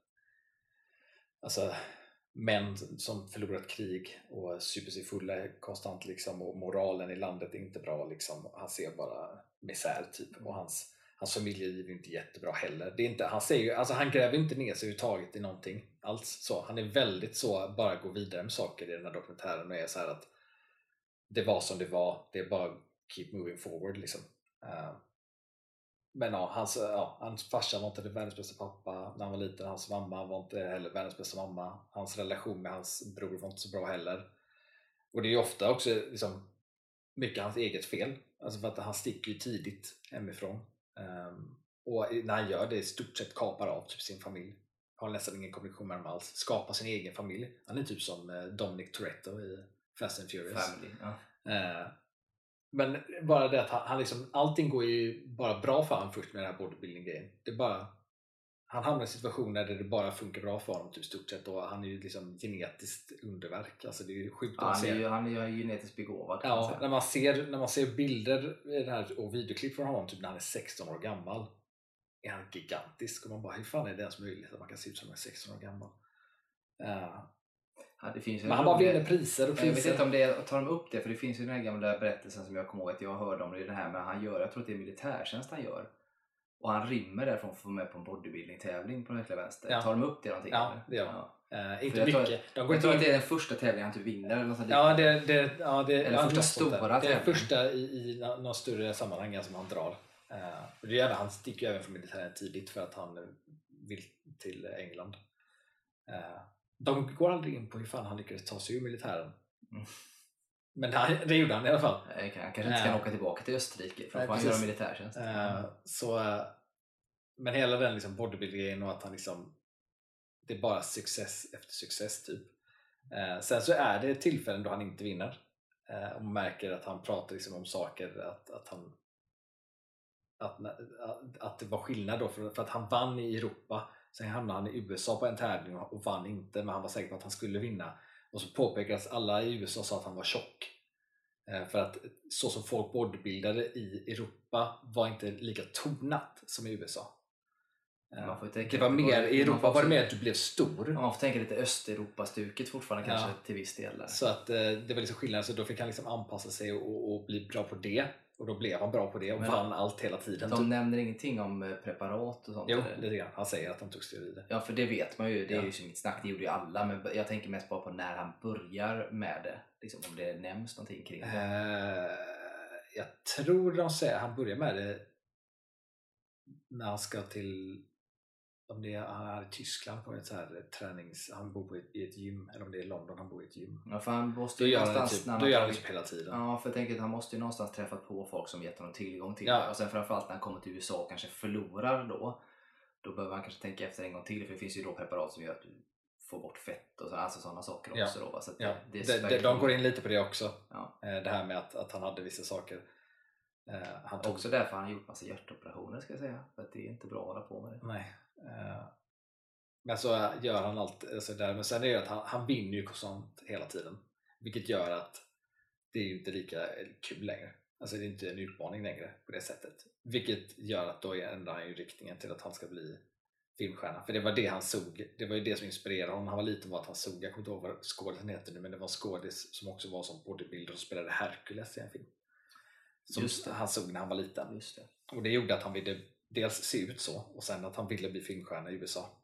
alltså män som förlorat krig och super sig fulla konstant liksom, och moralen i landet är inte bra liksom. Han ser bara misär typ, och hans familjeliv är inte jättebra heller. Det är inte, han gräver inte ner sig överhuvudtaget i någonting alls så. Han är väldigt så, bara gå vidare med saker i den här dokumentären, och är så här att det var som det var, det är bara keep moving forward liksom. Men ja, hans farsa var inte världens bästa pappa när han var liten, hans mamma var inte heller världens bästa mamma, hans relation med hans bror var inte så bra heller. Och det är ju ofta också liksom mycket hans eget fel, alltså för att han sticker ju tidigt hemifrån. Och när han gör det, i stort sett kapar av typ sin familj, har nästan ingen kommunikation med dem alls, skapar sin egen familj. Han är typ som Dominic Toretto i Fast and Furious Family, ja. Men bara det att han liksom, allting går ju bara bra för honom först med den här bodybuilding-grejen. Det är bara, han hamnar i situationer där det bara funkar bra för honom typ stort sett, och han är ju liksom genetiskt underverk. Alltså det är ju sjukt att se. Han är ju genetiskt begåvad. Ja, när man ser bilder i den här, och videoklipp från honom typ när han är 16 år gammal, är han gigantisk, och man bara, hur fan är det ens möjligt att man kan se ut som en 16 år gammal? Det finns men han bara vinner priser och priser. Jag vet inte om det tar de upp det, för det finns ju den här gamla berättelsen som jag kommer ihåg att jag hörde om det här med han gör, jag tror att det är militärtjänst han gör, och han rymmer därifrån för att få med på en bodybuilding-tävling på den högra vänster. Ja. Tar de upp det någonting? Ja, det gör inte jag mycket. Jag tror att det är den första tävlingen han typ vinner eller något sånt. Ja, det är första stora det är första i någon större sammanhang som han drar. Det är han sticker även från militären tidigt för att han vill till England. De går aldrig in på hur fan han lyckades ta sig ur militären. Men det gjorde han i alla fall. Han kanske inte kan åka tillbaka till Österrike för att han göra militärtjänst. men hela den liksom bodybuilding och att han liksom, det är bara success efter success typ. Sen så är det tillfällen då han inte vinner, och man märker att han pratar liksom om saker att det var skillnad då, för att han vann i Europa, sen hamnade han i USA på en tävling och vann inte, men han var säker på att han skulle vinna, och så påpekas alla i USA sa att han var tjock, för att så som folk bodybuildade i Europa var inte lika tonat som i USA. Man får tänka, det var mer, i Europa var det mer att du blev stor. Man får tänka lite Östeuropa-stuket fortfarande kanske till viss del där. Så att det var liksom skillnad, så då fick han liksom anpassa sig och bli bra på det, och då blev han bra på det och vann allt hela tiden. De nämner ingenting om preparat och sånt? Jo, det är det. Han säger att de tog steroider. Ja, för det vet man ju, det är ju inget snack, det gjorde ju alla, men jag tänker mest bara på när han börjar med det, liksom, om det nämns någonting kring det. Jag tror de säger han börjar med det när han ska till, om det är, han är i Tyskland på ett så här han bor i ett gym, eller om det är London han bor i ett gym. Ja, för han måste då ju gör han någonstans det, då gör han det hela tiden. Ja, för jag tänker att han måste ju någonstans träffat på folk som gett honom tillgång till det. Och sen framförallt när han kommer till USA och kanske förlorar då behöver han kanske tänka efter en gång till, för det finns ju då preparat som gör att du får bort fett och så, alltså sådana saker också då, så att de går in lite på det också. Ja. Det här med att han hade vissa saker. Han tog också därför han gjort massa hjärtoperationer, ska jag säga, för att det är inte bra att hålla på med det. Nej. Men så gör han allt alltså där, men sen är det att han vinner ju konstant hela tiden, vilket gör att det är ju inte lika kul längre. Alltså det är inte en utmaning längre på det sättet, vilket gör att då ändrar han ju riktningen till att han ska bli filmstjärna, för det var det han såg, det var ju det som inspirerade honom. Han var liten, var att han såg, jag kommer inte ihåg vad skådisen heter nu, men det var en skådis som också var som bodybuilder och spelade Hercules i en film som han såg när han var liten. Just det. Och det gjorde att han ville dels se ut så, och sen att han ville bli filmstjärna i USA.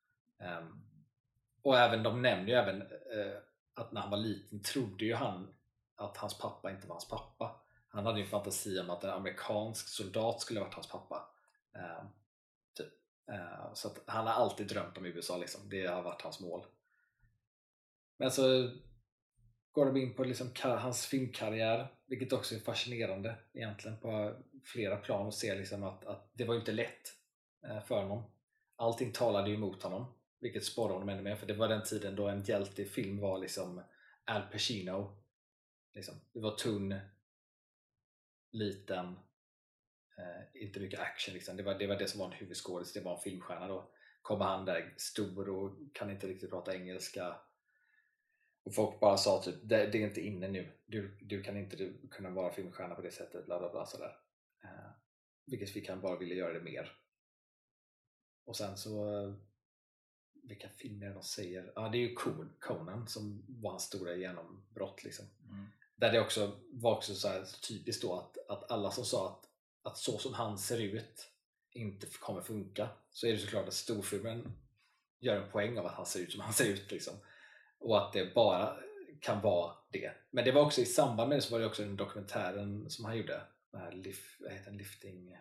Och även de nämnde ju även att när han var liten trodde ju han att hans pappa inte var hans pappa. Han hade ju en fantasi om att en amerikansk soldat skulle ha varit hans pappa. Typ. Så att han har alltid drömt om USA liksom. Det har varit hans mål. Men så går de in på liksom hans filmkarriär, vilket också är fascinerande egentligen på flera plan, och se liksom att det var ju inte lätt för honom. Allting talade ju emot honom, vilket sporrade honom ännu mer, för det var den tiden då en hjälte i film var liksom Al Pacino liksom. Det var tunn, liten, inte mycket action liksom. Det var det som var en huvudskådis, det var en filmstjärna. Då kommer han där stor och kan inte riktigt prata engelska, och folk bara sa typ det är inte inne nu, du kan inte kunna vara filmstjärna på det sättet, bla bla bla sådär. Vilket fick han bara ville göra det mer. Och sen så vilka filmer de säger, det är ju Conan som var hans stora genombrott liksom. Där det också var så här typiskt då att alla som sa att så som han ser ut inte kommer funka, så är det såklart att storfilmen gör en poäng av att han ser ut som han ser ut liksom. Och att det bara kan vara det. Men det var också i samband med det, så var det också den dokumentären som han gjorde, lifting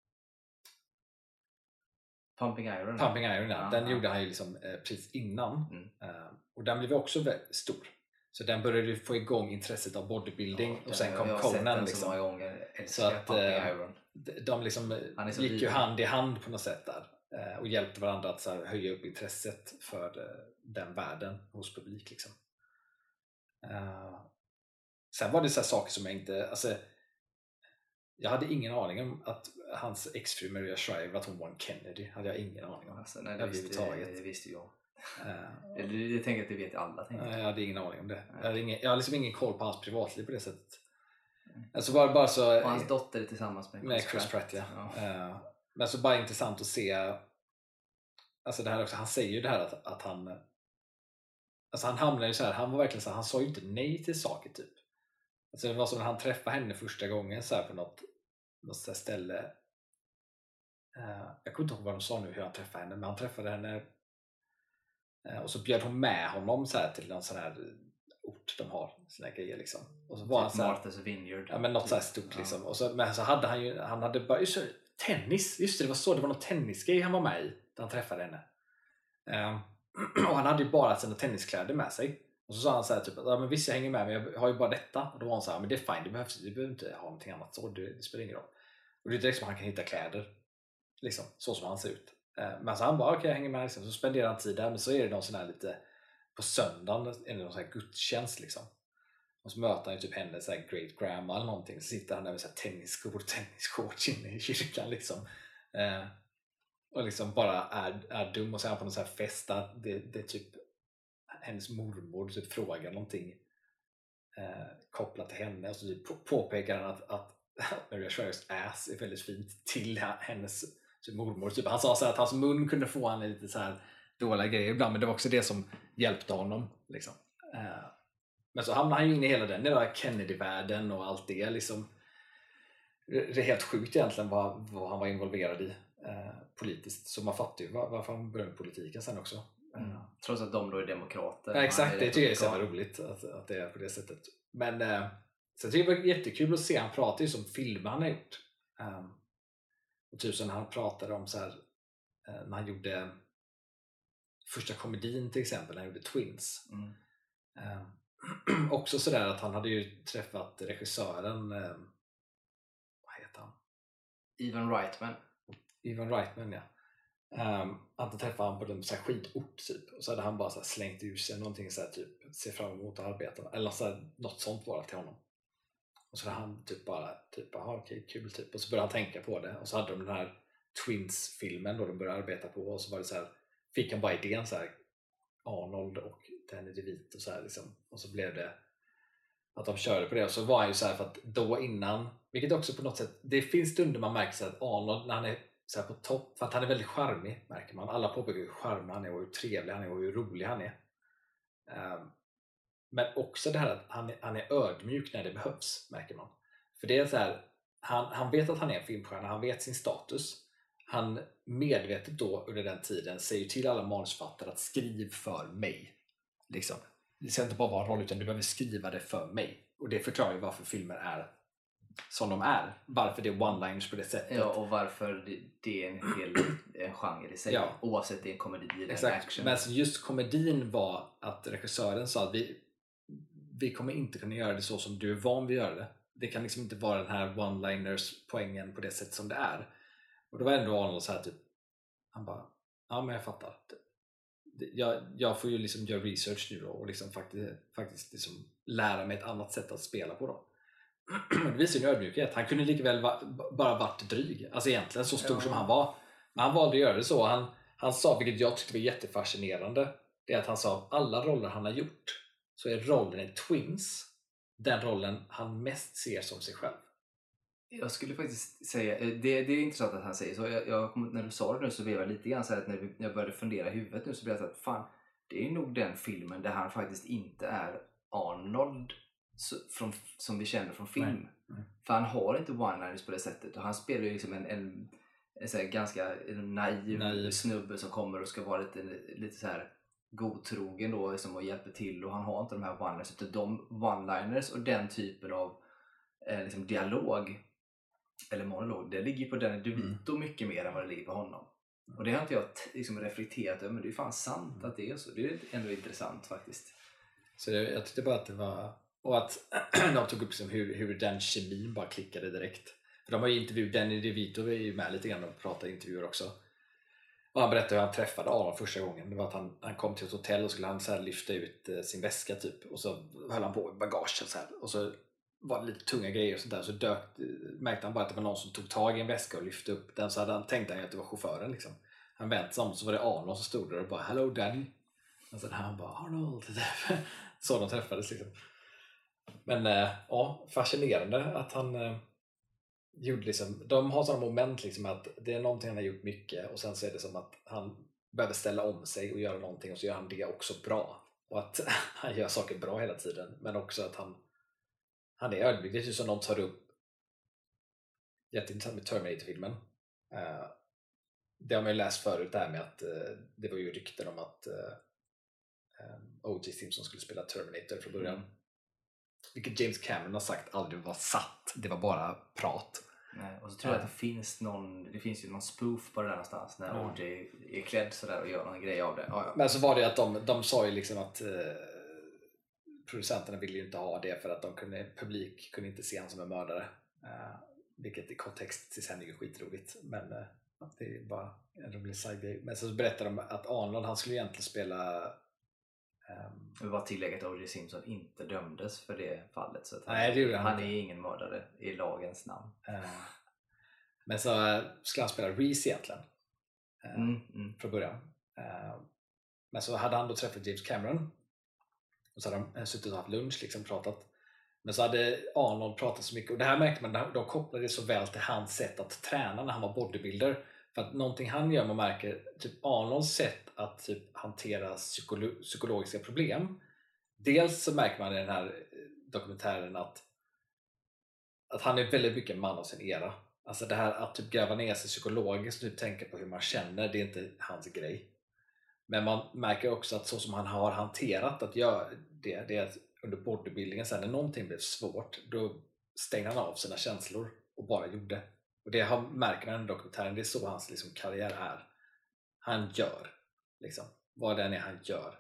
Pumping Iron, ja. Den gjorde han ju liksom precis innan. Och den blev också väldigt stor. Så den började ju få igång intresset av bodybuilding, och sen kom Conan liksom. Så, gånger. Så att de liksom gick ju hand i hand på något sätt där, och hjälpte varandra att så här höja upp intresset för den världen hos publik liksom. Sen var det så här saker som jag inte, alltså jag hade ingen aning om att hans exfru Maria Shriver, att hon var en Kennedy, hade jag ingen aning om. Alltså, nej, det visste jag. Jag tänker att det vet alla. Jag hade ingen aning om det. Jag hade liksom ingen koll på hans privatliv på det sättet. Alltså bara så, och hans dotter är tillsammans med Chris Pratt, ja. Men så bara intressant att se, alltså det här också, han säger ju det här att han, alltså han hamnade ju så här, han var verkligen så här, han sa ju inte nej till saker typ. Alltså det var som när han träffade henne första gången så här på något så här ställe. Jag kommer inte ihåg vad de sa nu hur han träffade henne, men han träffade henne och så bjöd hon med honom så här till någon sån här ort de har sina grejer liksom. Och så var han så här, Martha's Vineyard. Ja, men något så här stort liksom. Och så, men så hade han hade bara just tennis, just det var så, det var någon tennisgrej han var med i där han träffade henne. Och han hade ju bara sina tenniskläder med sig. Och så sa han så här typ, men visst jag hänger med, men jag har ju bara detta. Och då var han så här, men det är fine, du behöver inte ha någonting annat så, det spelar ingen roll. Och det är direkt som han kan hitta kläder liksom, så som han ser ut. Men så han bara okej, jag hänger med liksom. Så spenderar han tid där, men så är det någon sån här lite på söndagen är det någon sån här gudstjänst liksom. Och så möter han ju typ henne så här great grandma eller någonting, så sitter han där med så här tennisshorts inne i kyrkan liksom. Och liksom bara är dum, och så är han på någon så här fest där det är typ hennes mormor typ frågar någonting kopplat till henne, och så typ påpekar han att Maria Schreiers ass är väldigt fint till hennes typ mormor. Typ, han sa så här att hans mun kunde få han lite så här dåliga grejer ibland, men det var också det som hjälpte honom liksom. Men så hamnade han ju inne i hela den där Kennedy-världen och allt det liksom. Det är helt sjukt egentligen vad han var involverad i politiskt, så man fattar ju varför han började med politiken sen också. Trots att de då är demokrater. Ja, exakt, det tycker jag är så roligt att det är på det sättet. Men så jag tycker det var jättekul att se. Han pratar ju som filmer han har gjort. Och typ som han pratade om så här, när han gjorde första komedin till exempel, när han gjorde Twins. Också sådär att han hade ju träffat regissören, vad heter han? Ivan Reitman, ja. Han träffade han på en så här skitort typ, och så hade han bara så här slängt ur sig någonting så här, typ se fram emot att arbeta, eller så här, något sånt var det till honom. Och så hade han typ bara typ, okej, kul typ, och så började han tänka på det, och så hade de den här Twins-filmen då de började arbeta på, och så var det så här, fick han bara idén så här, Arnold och Danny DeVito så här liksom, och så blev det att de körde på det, och så var han ju så här, för att då innan, vilket också på något sätt, det finns stunder man märker så att Arnold, när han är så här på topp, för att han är väldigt charmig, märker man, alla påpekar hur charmig han är och hur trevlig han är och hur rolig han är, men också det här att han är ödmjuk när det behövs, märker man, för det är så här, han vet att han är en filmstjärna, han vet sin status, han medvetet då under den tiden säger till alla manusförfattare att skriv för mig liksom. Det ska inte bara vara en roll, utan du behöver skriva det för mig, och det förklarar ju varför filmer är som de är, varför det är one-liners på det sättet. Ja, och varför det är en hel genre i sig, ja. Oavsett det är en komedi eller en action. Men just komedin var att regissören sa att vi kommer inte kunna göra det så som du är van vid att göra det. Det kan liksom inte vara den här one-liners poängen på det sätt som det är. Och då var ändå Arnold så här typ, han bara, ja men jag fattar. Jag får ju liksom göra research nu då, och liksom faktiskt liksom lära mig ett annat sätt att spela på då. Det visar ju en ödmjukhet. Han kunde lika väl bara varit dryg, alltså egentligen så stor som han var, men han valde att göra det så. Han sa, vilket jag tyckte var jättefascinerande, det är att han sa alla roller han har gjort, så är rollen i Twins den rollen han mest ser som sig själv. Jag skulle faktiskt säga, det är intressant att han säger så. När du sa det nu så blev jag lite grann så här att när jag började fundera i huvudet nu, så blev jag så att fan, det är nog den filmen där han faktiskt inte är Arnold som vi känner från film. För han har inte one-liners på det sättet, och han spelar ju liksom en så här ganska naiv snubbe som kommer och ska vara lite så här godtrogen då liksom, och hjälper till, och han har inte de här one-liners, utan de one-liners och den typen av liksom dialog eller monolog, det ligger på Danny DeVito mycket mer än vad det ligger på honom. Och det har inte jag liksom reflekterat över, men det är fan sant att det är så. Det är ändå intressant faktiskt. Så jag tyckte bara att det var, och att de tog upp liksom hur den kemin bara klickade direkt. För de har ju intervjuat, Danny DeVito är ju med lite grann och pratar intervjuer också. Och han berättade hur han träffade Arnold första gången. Det var att han kom till ett hotell och skulle han så här lyfta ut sin väska typ, och så höll han på i bagaget så här, och så var det lite tunga grejer och sånt där, så märkte han bara att det var någon som tog tag i en väska och lyfte upp den, så tänkte han att det var chauffören liksom. Han väntade sig om, så var det Arnold som stod där och bara hello daddy, och så han bara Arnold så de träffades liksom. Men ja, fascinerande att han gjorde liksom, de har sådana moment liksom att det är någonting han har gjort mycket, och sen så är det som att han behöver ställa om sig och göra någonting, och så gör han det också bra, och att han gör saker bra hela tiden, men också att han är ödmjuk. Det är ju som de tar upp jätteintressant med Terminator-filmen. Det har man ju läst förut, det här med att det var ju rykten om att O.J. Simpson skulle spela Terminator från början. Vilket James Cameron har sagt aldrig var satt. Det var bara prat. Nej, och så tror jag att det finns ju någon spoof på det där någonstans när O.J. är klädd sådär och gör någon grej av det. Ja. Men så var det att de sa ju liksom att producenterna ville ju inte ha det, för att publik kunde inte se han som en mördare, vilket i kontext till sen är ju skitroligt, men Det är bara en rolig side-grej. Men så berättade de att Arnold, han skulle egentligen spela... Det var tillägget att O.J. Simpson inte dömdes för det fallet. Så att Nej, det gjorde han är ingen mördare i lagens namn. Men så skulle han spela Reese egentligen. Från början. Men så hade han då träffat James Cameron. Och så hade de suttit och haft lunch, liksom pratat. Men så hade Arnold pratat så mycket. Och det här märkte man, de kopplade det så väl till hans sätt att träna när han var bodybuilder. För att någonting han gör, man märker typ Arnolds sätt att typ hantera psykologiska problem. Dels så märker man i den här dokumentären att han är väldigt mycket man av sin era. Alltså det här att typ gräva ner sig psykologiskt och typ tänka på hur man känner, det är inte hans grej. Men man märker också att så som han har hanterat att göra det är att under bodybuildingen sen när någonting blev svårt, då stängde han av sina känslor och bara gjorde. Och det märker man i den dokumentären, det är så hans liksom karriär är. Han gör liksom, vad den är han gör.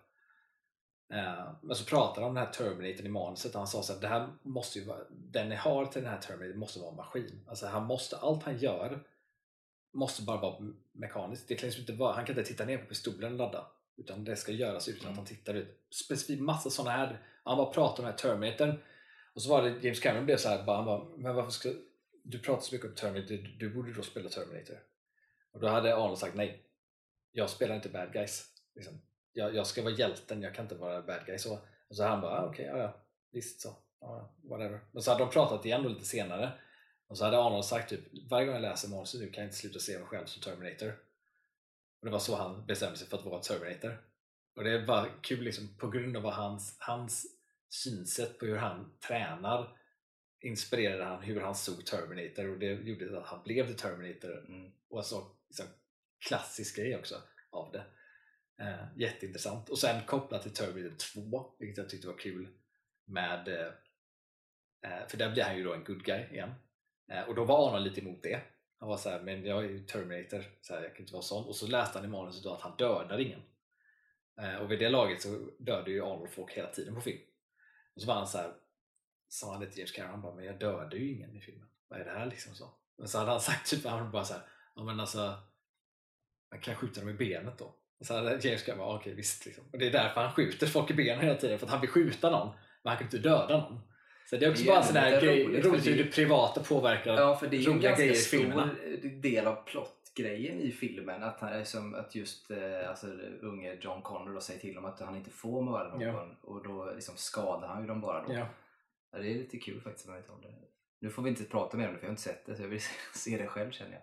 Men så pratar han om den här Terminator i manuset och han sa så att det här måste ju vara, den ni har till den här Terminator måste vara en maskin. Alltså allt han gör måste bara vara mekaniskt. Det kan liksom inte vara, han kan inte titta ner på pistolen och ladda, utan det ska göras utan att han tittar ut. Specifikt massa sådana här, han bara pratar om den här Terminator och så var det James Cameron blev så här, han bara, men varför ska du prata så mycket om Terminator, du borde då spela Terminator. Och då hade Arnold sagt nej, jag spelar inte bad guys liksom. Jag ska vara hjälten, jag kan inte vara bad guy. Så, och så han bara, okej, ja, visst så, whatever. Men så hade de pratat igen då lite senare. Och så hade Arnold sagt typ, varje gång jag läser manuset nu kan jag inte sluta se mig själv som Terminator. Och det var så han bestämde sig för att vara Terminator. Och det var kul liksom, på grund av hans synsätt på hur han tränar inspirerade han hur han såg Terminator. Och det gjorde att han blev The Terminator. Och en så liksom, klassisk grej också av det. Jätteintressant. Och sen kopplat till Terminator 2, vilket jag tyckte var kul med för där blir han ju då en good guy igen. Och då var Arnold lite emot det. Han var så här, men jag är ju Terminator, så här, jag kan inte vara sån. Och så läste han i manuset då att han dödar ingen. Och vid det laget så dödade ju Arnold folk hela tiden på film. Och så var han så här, sa han till James Cameron, han bara, men jag dödar ju ingen i filmen. Vad är det här liksom så? Men så hade han sagt typ, han bara så här, ja men alltså, man kan skjuta dem i benet då. Och så hade James Cameron, okej visst liksom. Och det är därför han skjuter folk i benen hela tiden, för att han vill skjuta någon, men han kan inte döda någon. Så det är också bara en sån här grej, roligt hur det privata påverkar. Ja, för det är ju en ganska stor del av plottgrejen i filmen, att han är som att just alltså, unge John Connor då säger till dem att han inte får mörda någon. Ja. Och då liksom skadar han ju dem bara då. Ja. Ja, det är lite kul faktiskt. Jag vet om det. Nu får vi inte prata mer om det, för jag har inte sett det, så jag vill se det själv, känner jag.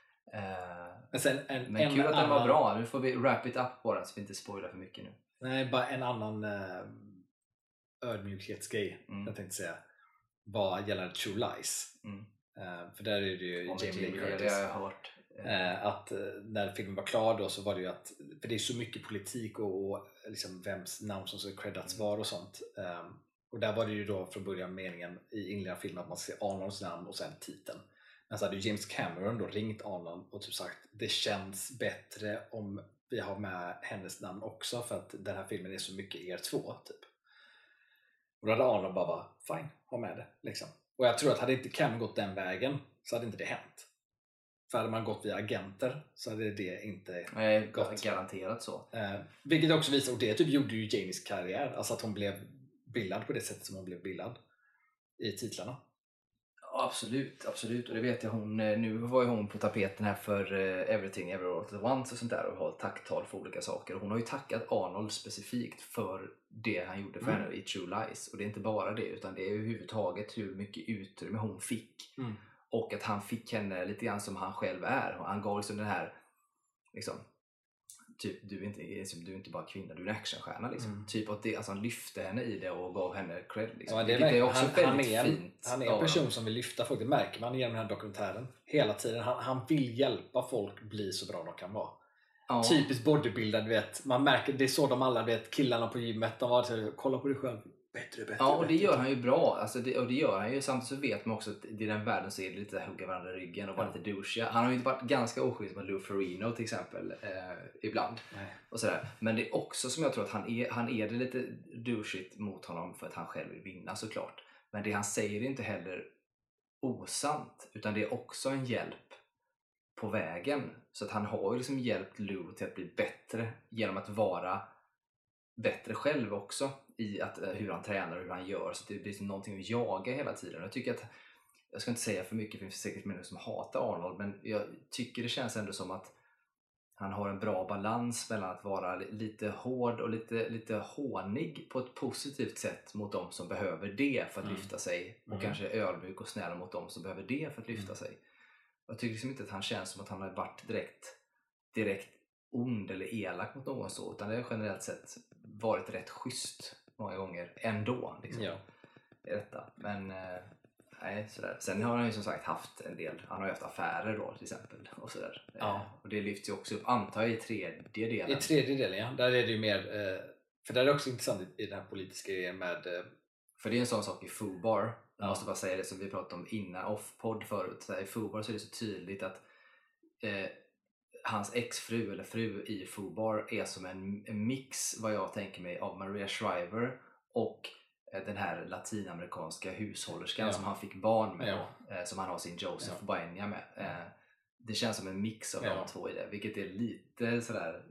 Men kul att den var bra. Nu får vi wrap it up på den så vi inte spoilar för mycket nu. Nej, bara en annan ödmjukhetsgrej jag tänkte säga, vad gäller True Lies. För där är det ju Jamie Lee Curtis. Det har jag hört. Att när filmen var klar då, så var det ju att, för det är så mycket politik och liksom vems namn som ska credits var och sånt. Och där var det ju då från början meningen i inledande filmen att man ska se Arnolds namn och sen titeln. Men så hade James Cameron då ringt Arnold och typ sagt, det känns bättre om vi har med hennes namn också, för att den här filmen är så mycket er två typ. Och då hade Arnold bara, fine, ha med det liksom. Och jag tror att hade inte Cameron gått den vägen så hade inte det hänt. För hade man gått via agenter så hade det inte gått. Garanterat så. Vilket också visar, och det typ gjorde ju Jamies karriär, alltså att hon blev bildad på det sättet som hon blev bildad i titlarna. Absolut, absolut. Och det vet jag, nu var ju hon på tapeten här för Everything Everywhere All at Once och sånt där, och har tacktal för olika saker. Och hon har ju tackat Arnold specifikt för det han gjorde för henne i True Lies. Och det är inte bara det, utan det är överhuvudtaget hur mycket utrymme hon fick. Och att han fick henne lite grann som han själv är. Och han gav liksom den här liksom, typ, du är inte bara kvinna, du är en actionstjärna liksom. Typ att det, alltså, han lyfte henne i det och gav henne cred liksom. Ja, det är också väldigt fint. Han är en person som vill lyfta folk, det märker man genom den här dokumentären hela tiden. Han vill hjälpa folk bli så bra de kan vara. Ja. Typiskt bodybuildad, vet. Man märker, det är så de alla vet, killarna på gymmet, de var så, kolla på dig själv. Bättre. Ja, och det gör han ju bra. Alltså och det gör han ju. Samtidigt så vet man också att i den världen så är det lite hugga varandra i ryggen och vara lite douchiga. Han har ju varit ganska oskyldig med Lou Ferrigno till exempel ibland. Och sådär. Men det är också som jag tror att han är det lite douchigt mot honom för att han själv vill vinna, såklart. Men det han säger är inte heller osant, utan det är också en hjälp på vägen. Så att han har ju liksom hjälpt Lou till att bli bättre genom att vara bättre själv också i hur han tränar och hur han gör. Så det blir liksom någonting att jaga hela tiden. Jag tycker att, jag ska inte säga för mycket för det finns säkert människor som hatar Arnold, men jag tycker det känns ändå som att han har en bra balans mellan att vara lite hård och lite hånig på ett positivt sätt mot de som behöver det för att lyfta sig, och kanske ödmjuk och snäll mot de som behöver det för att lyfta sig. Jag tycker liksom inte att han känns som att han har varit direkt ond eller elak mot någon så, utan det har generellt sett varit rätt schysst många gånger ändå liksom. Ja. I detta. Men nej, sådär. Sen har han ju som sagt haft en del, han har ju haft affärer då till exempel och sådär. Och det lyfts ju också upp, antar jag, i tredje delen. I tredje delen, ja. Där är det ju mer, för där är det också intressant i den här politiska grejen med... För det är en sån sak i Fubar, jag måste bara säga det som vi pratade om innan off-podd förut. Så här, i Fubar så är det så tydligt att hans exfru eller fru i Fubar är som en mix, vad jag tänker mig, av Maria Shriver och den här latinamerikanska hushållerskan som han fick barn med då, som han har sin Joseph Baena med. Det känns som en mix av de två i det, vilket är lite sådär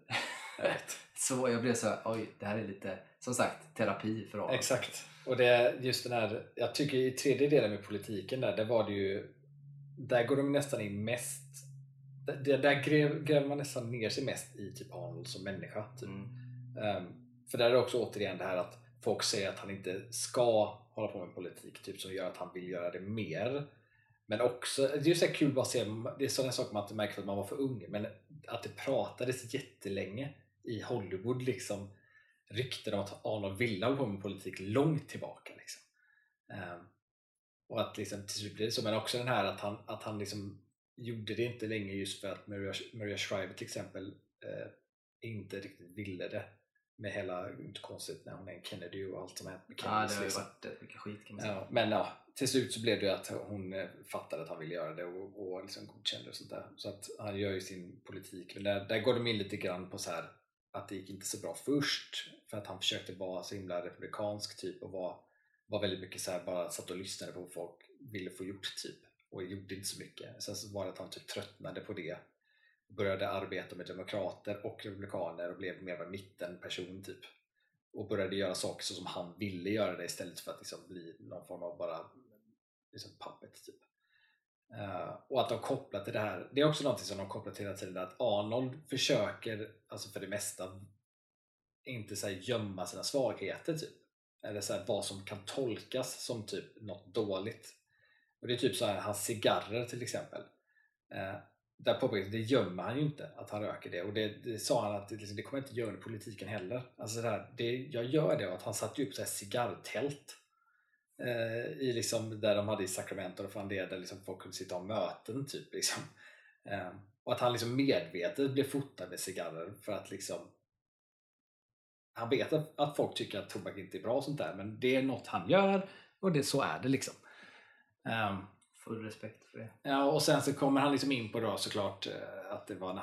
så jag blev så här, oj, det här är lite, som sagt, terapi för Arnold. Exakt, och det är just den här, jag tycker i tredje delen med politiken där var det ju, där går de nästan in mest, där gräver man nästan ner sig mest i typ Arnold som människa typ. För där är det också återigen det här att folk säger att han inte ska hålla på med politik typ, som gör att han vill göra det mer. Men också, det är så kul bara att se, det är sådana saker man inte märker för att man var för ung, men att det pratades jättelänge i Hollywood liksom, rykten om att Arnold ville hålla på med politik långt tillbaka liksom. Och att liksom till slut blir det så, men också den här att han liksom gjorde det inte länge just för att Maria Shriver till exempel inte riktigt ville det. Med hela, inte konstigt när hon är en Kennedy och allt som hänt med Kennedy. Ja, det har ju varit mycket skit kan man säga. Men till slut så blev det att hon fattade att han ville göra det och liksom godkände och sånt där. Så att han gör ju sin politik. Men där går de in lite grann på så här att det gick inte så bra först. För att han försökte vara så himla republikansk typ och var väldigt mycket så här, bara satt och lyssnade på vad folk ville få gjort typ. Och gjorde inte så mycket. Sen så var det att han typ tröttnade på det. Började arbeta med demokrater och republikaner och blev mer av en mittenperson typ. Och började göra saker så som han ville göra det istället för att liksom bli någon form av bara liksom puppet typ. Och att de kopplar till det här, det är också något som de kopplar till hela tiden, att Arnold försöker, alltså för det mesta, inte så här gömma sina svagheter typ. Eller så här, vad som kan tolkas som typ något dåligt. Och det är typ så här, hans cigarrer till exempel. Där påpekas, det gömmer han ju inte att han röker det, och det sa han att det kommer inte göra i politiken heller. Alltså jag gör det, och att han satte upp så här cigarrtält i liksom, där de hade i Sacramento och fan det, där liksom folk kunde sitta och möten typ liksom. Och att han liksom medvetet blev fotad med cigarrer för att liksom, han vet att folk tycker att tobak inte är bra och sånt där, men det är något han gör och så är det liksom. Full respekt för det. Ja, och sen så kommer han liksom in på då såklart att det var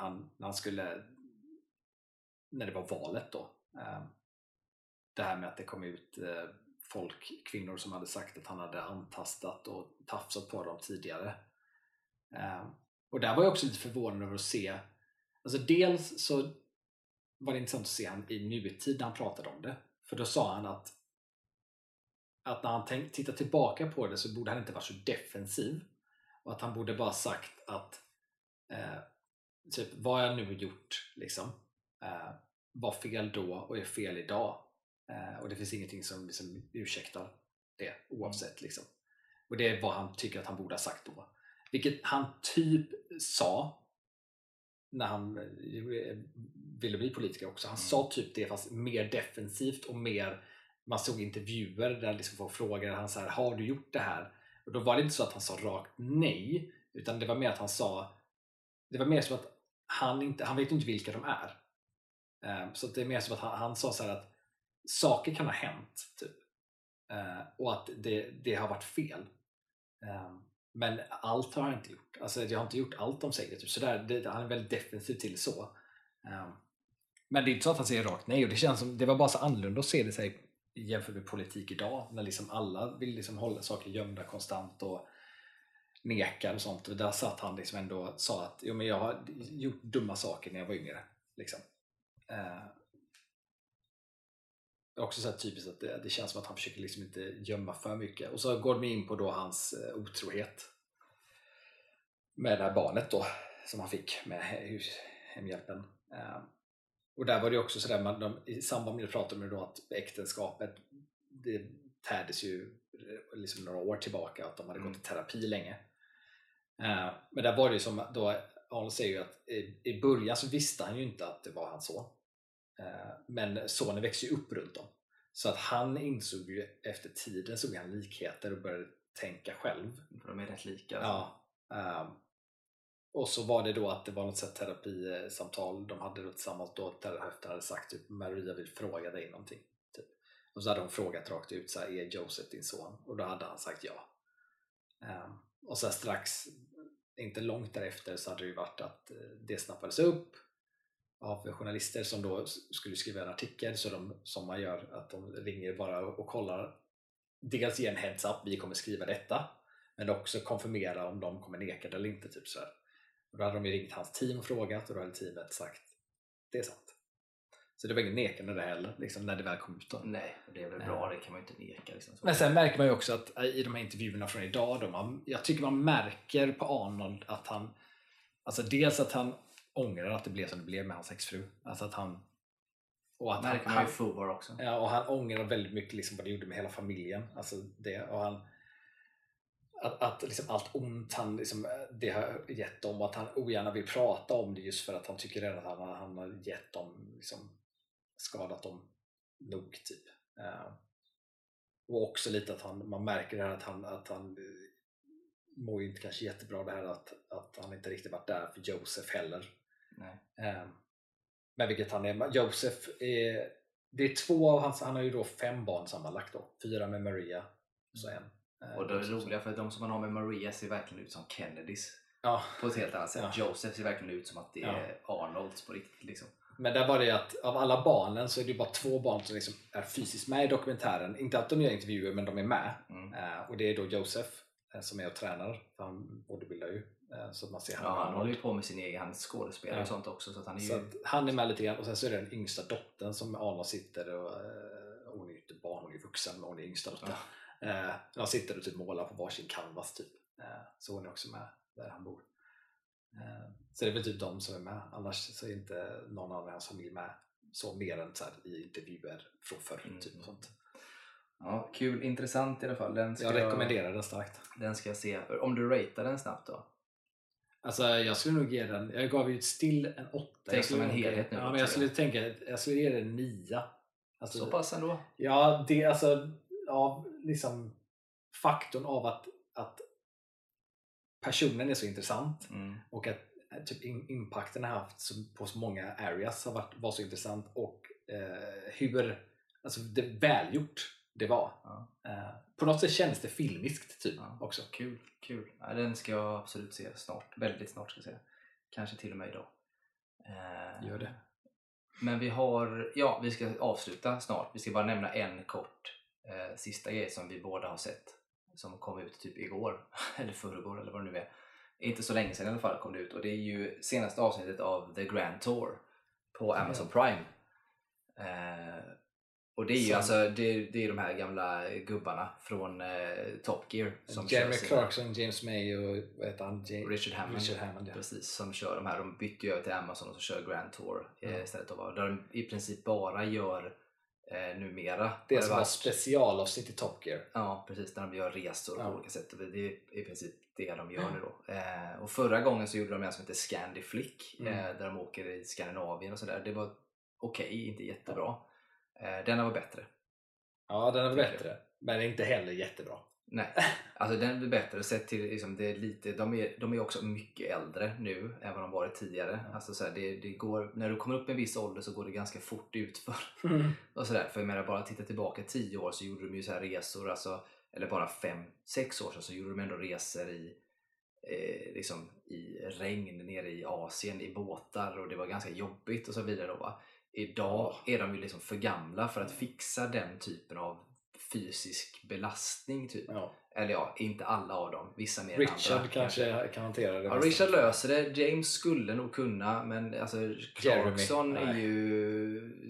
när det var valet då. Det här med att det kom ut kvinnor som hade sagt att han hade antastat och tafsat på dem tidigare. Och där var jag också lite förvånad över att se, alltså dels så var det intressant att se han i nutid när han pratade om det. För då sa han att när han tittar tillbaka på det så borde han inte vara så defensiv, och att han borde bara sagt att typ, vad jag nu gjort liksom, var fel då och är fel idag, och det finns ingenting som liksom ursäktar det oavsett liksom. Och det är vad han tycker att han borde ha sagt då, vilket han typ sa när han ville bli politiker också. Han sa typ det, fast mer defensivt och mer, man såg intervjuer där liksom folk frågade han så här, har du gjort det här? Och då var det inte så att han sa rakt nej, utan det var mer att han sa, det var mer så att han vet inte vilka de är. Så att det är mer så att han sa så här att saker kan ha hänt typ. Och att det har varit fel. Men allt har han inte gjort. Alltså jag har inte gjort allt de säger typ. Så han är väldigt defensiv till så. Men det är inte så att han säger rakt nej, och det känns som, det var bara så annorlunda att se det sig jämfört med politik idag, när liksom alla vill liksom hålla saker gömda konstant, och nekar och sånt. Och där satt han liksom ändå och sa att jo, men jag har gjort dumma saker när jag var yngre. Liksom. Också så här typiskt att det känns som att han försöker liksom inte gömma för mycket. Och så går de in på då hans otrohet med det här barnet då som han fick med hemhjälpen. Och där var det också sådär, i samband med det pratade de då att äktenskapet, det tärdes ju liksom några år tillbaka, att de hade gått i terapi länge. Men där var det ju som då, Arnold säger ju att i början så visste han ju inte att det var hans son. Men sonen växte ju upp runt dem. Så att han insåg ju efter tiden, såg han likheter och började tänka själv. För de är rätt lika. Alltså. Ja. Och så var det då att det var något sätt terapisamtal de hade då tillsammans, då terapeuten hade sagt typ, Maria vill fråga dig någonting typ. Och så hade hon frågat rakt ut så här, är Joseph din son? Och då hade han sagt ja. Och sen strax, inte långt därefter, så hade det ju varit att det snappades upp av journalister som då skulle skriva en artikel, så som man gör, att de ringer bara och kollar, dels ge en heads up, vi kommer skriva detta, men också konfirmera om de kommer neka det eller inte typ så här. Och då hade de ju ringt hans team och frågat, och då hade teamet sagt det är sant. Så det var ingen nekande det heller liksom, när det väl kom ut då. Nej, det är väl bra, det kan man ju inte neka liksom. Men sen märker man ju också att i de här intervjuerna från idag då, jag tycker man märker på Arnold att han, alltså dels att han ångrar att det blev som det blev med hans exfru, alltså att han, och att märker man ju Fubar också. Ja, och han ångrar väldigt mycket liksom vad det gjorde med hela familjen, alltså det, och han att liksom allt ont han liksom, det har gett dem, och att han ogärna vill prata om det just för att han tycker redan att han har gett dem liksom, skadat dem nog typ. Och också lite att man märker det här att han mår ju inte kanske jättebra, det här att han inte riktigt varit där för Joseph heller. Nej. Men vilket han är, Joseph är, det är 2 av hans, han har ju då 5 barn sammanlagt då, 4 med Maria och så en. Och det är roliga, för de som man har med Maria ser verkligen ut som Kennedys. Ja. På ett helt annat sätt. Ja. Joseph ser verkligen ut som att det är Arnolds på riktigt liksom. Men där var det att av alla barnen så är det bara 2 barn som liksom är fysiskt med i dokumentären. Inte att de gör intervjuer, men de är med. Och det är då Joseph som är och tränar. Han bodybuildar ju. Så att man ser han håller ju på med sin egen, han skådespelare och sånt också. Så att han är ju... Så att han är med lite grann. Och sen så är det den yngsta dottern som Arnold sitter och hon är ju inte barn, hon är vuxen, men hon är yngsta dottern. De sitter och typ målar på varsin canvas typ. Så hon är också med där han bor. Så det är väl typ de som är med. Annars så är inte någon annan i hans familj med. Så mer än så här, i intervjuer från förr typ och sånt. Ja, kul, intressant i alla fall. Jag rekommenderar den starkt. Den ska jag se. Om du ratear den snabbt då? Alltså jag skulle nog ge den, jag gav ju still en 8. Tänk som en helhet nu. Ja, men jag skulle ge den 9. Alltså, så pass ändå? Ja, det alltså av liksom faktorn av att personen är så intressant och att typ impacten har haft på så många areas var så intressant, och hur alltså det välgjort det var. På något sätt kändes det filmiskt typ också. Kul. Ja, den ska jag absolut se snart. Väldigt snart ska jag säga. Kanske till och med idag. Gör det. Men vi ska avsluta snart. Vi ska bara nämna en kort sista grej som vi båda har sett. Som kom ut typ igår. Eller förrgår eller vad det nu är. Inte så länge sedan i alla fall kom det ut. Och det är ju senaste avsnittet av The Grand Tour på Amazon Prime. Och det är ju alltså det är de här gamla gubbarna från Top Gear som Jeremy Clarkson, James May och vad heter han? Richard Hammond, ja. Precis, som kör de här. De bytte ju över till Amazon och så kör Grand Tour istället av där de i princip bara gör numera. Det som var specialavsnitt i Top Gear. Ja, precis, där de gör resor på olika sätt. Och det är i princip det de gör nu då. Och förra gången så gjorde de en som heter Scandi Flick där de åker i Skandinavien och sådär. Det var okej, inte jättebra. Den var bättre. Ja, den var bättre. Men inte heller jättebra. Nej, alltså den blir bättre sett till liksom, det är lite, de är också mycket äldre nu än vad de varit tidigare. Alltså så här, det går, när du kommer upp i en viss ålder så går det ganska fort utför. Och så där, för jag menar, bara titta tillbaka 10 år så gjorde de ju så här resor, alltså, eller bara 5-6 år så gjorde de ändå resor liksom i regn nere i Asien i båtar, och det var ganska jobbigt och så vidare då, va? Idag är de ju liksom för gamla för att fixa den typen av fysisk belastning typ. Ja. Eller ja, inte alla av dem, vissa mer än Richard andra. kanske kan hantera det. Ja, Richard löser det, James skulle nog kunna, men alltså Clarkson Jeremy, är ju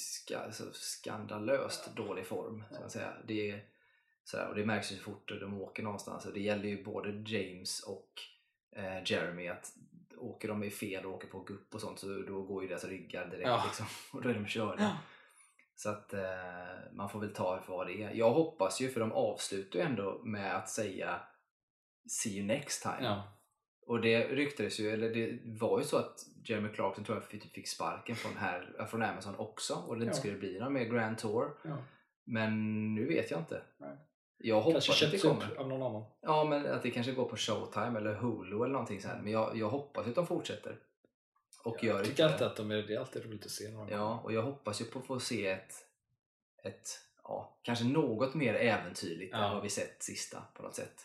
skandalöst dålig form, ska man säga. Det är sådär, och det märks ju fort att de åker någonstans, och det gäller ju både James och Jeremy, att åker de i fel och åker på gupp och sånt, så då går ju deras ryggar direkt liksom, och då är de körda. Så att man får väl ta för vad det är. Jag hoppas ju, för de avslutar ju ändå med att säga see you next time. Ja. Och det ryktades ju, eller det var ju så att Jeremy Clarkson tror jag fick sparken från Amazon också, och det inte skulle bli någon mer Grand Tour. Ja. Men nu vet jag inte. Nej. Jag hoppas att det kommer. Av någon annan. Ja, men att det kanske går på Showtime eller Hulu eller någonting sånt. Men jag hoppas att de fortsätter. Och Jag tycker alltid att det är alltid roligt att se någon. Ja, och jag hoppas ju på att få se ett kanske något mer äventyrligt än vad vi sett sista på något sätt.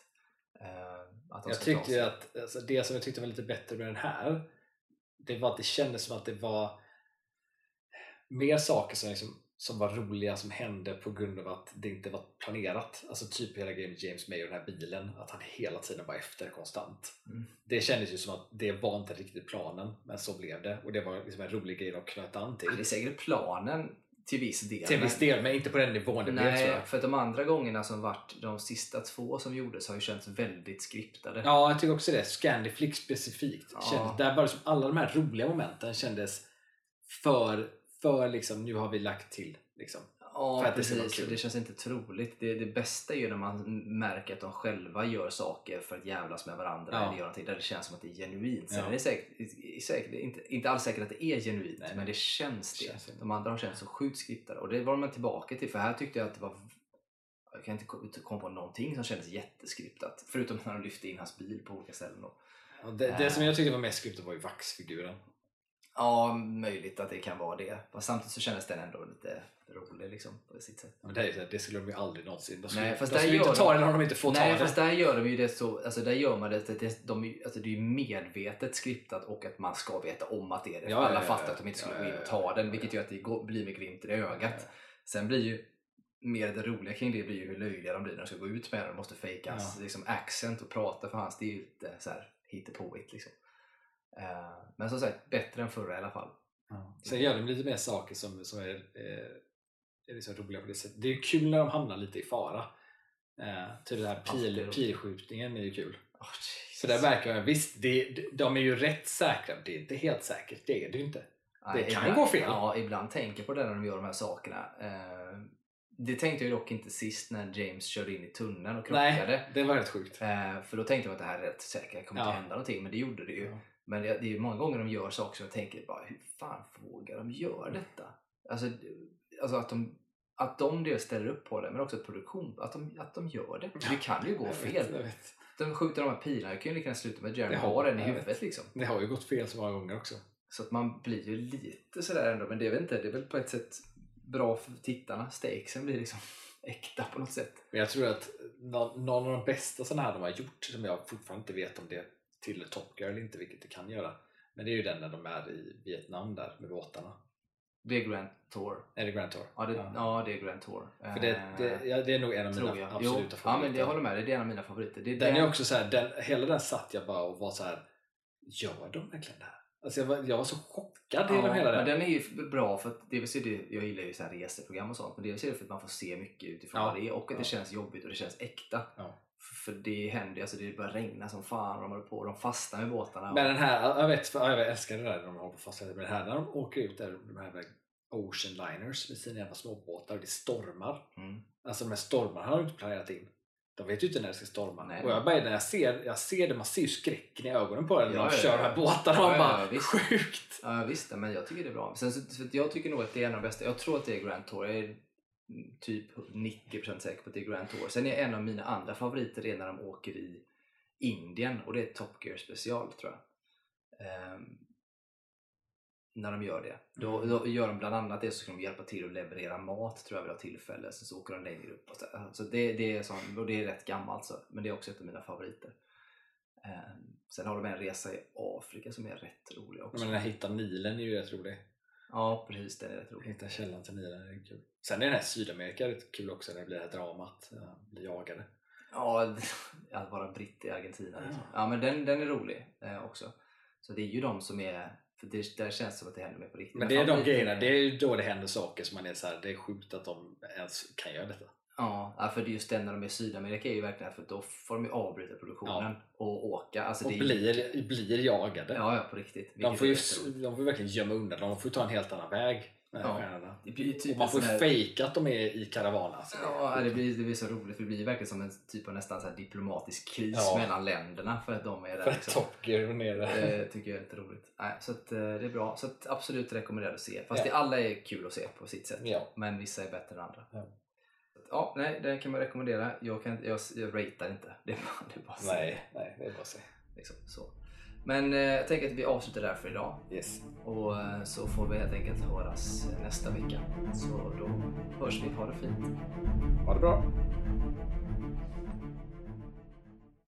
Jag tyckte att alltså, det som jag tyckte var lite bättre med den här, det var att det kändes som att det var mer saker som var roliga som hände på grund av att det inte var planerat. Alltså typ hela grejen med James May och den här bilen, att han hela tiden var efter konstant. Det kändes ju som att det var inte riktigt planen, men så blev det, och det var liksom en rolig grej att knöta an till. Det är säkert planen till viss del. Till viss del, men inte på den nivån det blev, tror jag. För att de andra gångerna som varit de sista 2 som gjordes har ju känts väldigt skriptade. Ja, jag tycker också det. Scandiflix specifikt. Där var det som alla de här roliga momenten kändes för liksom, nu har vi lagt till liksom. Ja, precis. Det känns inte troligt. Det bästa är ju när man märker att de själva gör saker för att jävlas med varandra eller gör någonting där det känns som att det är genuint. Sen är det säkert inte alls säkert att det är genuint, men det känns det. De andra har känts så sjukt skriptade, och det var man tillbaka till, för här tyckte jag att det var, jag kan inte komma på någonting som kändes jätteskriptat, förutom när de lyfte in hans bil på olika ställen då. Det som jag tyckte var mest skriptat var ju vaxfiguren. Ja, möjligt att det kan vara det. Men samtidigt så kändes den ändå lite rolig liksom, på sitt sätt. Men det skulle de ju aldrig någonsin. De skulle inte ta det när de inte får ta det. Nej, fast där gör de ju det så, alltså där gör man det, alltså det är ju medvetet skriptat, och att man ska veta om att det är det. Alla fattar att de inte skulle gå in och ta den, vilket gör att det blir med glimten i ögat. Sen blir ju mer det roliga kring det blir ju hur löjliga de blir när de ska gå ut med den. De måste fejka hans liksom accent och prata för hans, det är ju lite så här hittepåigt liksom. Men som sagt, bättre än förra i alla fall. Sen gör de lite mer saker som är liksom roliga på det sättet. Det är ju kul när de hamnar lite i fara. Till det här pilskjutningen är ju kul. Så där verkar jag, visst, de är ju rätt säkra, det är inte helt säkert, det är det ju inte. Det kan gå fel. Ja, ibland tänker på det när de gör de här sakerna. Det tänkte jag dock inte sist när James körde in i tunneln och krockade. Nej, det var rätt sjukt. För då tänkte jag att det här är rätt säkert, det kommer inte hända någonting, men det gjorde det ju. Ja. Men det är ju många gånger de gör saker som jag tänker bara, hur fan vågar de göra detta? Alltså att de dels ställer upp på det, men också produktion, att de gör det. Det kan ju gå fel. Jag vet. De skjuter de här pilarna, jag kan ju lika gärna sluta med att Jeremy har den i huvudet liksom. Det har ju gått fel så många gånger också. Så att man blir ju lite sådär ändå, men det är väl på ett sätt bra för tittarna. Stakesen blir liksom äkta på något sätt. Men jag tror att någon av de bästa sådana här de har gjort, som jag fortfarande inte vet om det till Top Gear eller inte, vilket det kan göra, men det är ju den när de är i Vietnam där med båtarna. Det är Grand Tour. Är det Grand Tour? Ja, det är Grand Tour. För det är nog en av mina absoluta favoriter. Ja, men jag håller med, det är en av mina favoriter. Den är också så här, hela den satt jag bara och var så här, gör de verkligen det här? Alltså jag var så chockad genom hela den. Men den är ju bra för att jag gillar ju så här reseprogram och sånt, men det är för att man får se mycket utifrån vad det är, och att det känns jobbigt och det känns äkta. Ja. För det händer, alltså det börjar regna som fan och de håller på, de fastnar med båtarna. Men den här, jag älskar det där när de håller på fastna, men det här när de åker ut där, de här Ocean Liners med sina jävla småbåtar och det stormar. Alltså de här stormarna har de inte planerat in. De vet ju inte när det ska storma. Nej. Och när jag ser det, man ser ju skräcken i ögonen på den när de kör de här båtarna. Och bara, sjukt! Ja, visst, men jag tycker det är bra. Sen, för jag tycker nog att det är en av de bästa. Jag tror att det är Grand Tour. Jag är typ 90% säker på att det är Grand Tour. Sen är en av mina andra favoriter är när de åker i Indien, och det är Top Gear special, tror jag. När de gör det. Då gör de bland annat det, så ska de hjälpa till att leverera mat, tror jag, vid ett tillfälle. Så åker de längre upp. Så det är sånt, och det är rätt gammalt, så, men det är också ett av mina favoriter. Sen har de en resa i Afrika som är rätt rolig också. Men den här Hitta Nilen är ju rätt rolig. Ja, precis. Den är rätt rolig. Hitta källan till Nilen är kul. Sen är den här Sydamerika rätt kul också när det blir det här dramat. Blir jagade. Ja, att vara britt i Argentina. Liksom. Ja, men den är rolig också. Så det är ju de som är... För där känns det som att det händer mer på riktigt. Men det är de grejerna, det är ju då det händer saker som man är så här, det är sjukt att de ens kan göra detta. Ja, för just den när de är i Sydamerika är ju verkligen för då får de ju avbryta produktionen och åka. Alltså och det blir jagade. Ja, på riktigt. De får verkligen gömma undan, de får ta en helt annan väg. Det blir typ och man får fejka att de är i karavanen. Ja, det blir så roligt. Det blir verkligen som en typ av nästan så här diplomatisk kris mellan länderna för att de är där. För liksom. Top Gear nere. Det tycker jag är lite roligt. Så att, det är bra. Så att, absolut rekommenderar att se. Fast det alla är kul att se på sitt sätt. Ja. Men vissa är bättre än andra. Ja, nej, det kan man rekommendera. Jag ratear inte. Det är bara nej, det är bara att se. Liksom, så. Men jag tänker att vi avslutar där för idag. Yes. Och så får vi helt enkelt höras nästa vecka. Så då hörs vi. Ha det fint. Ha det bra.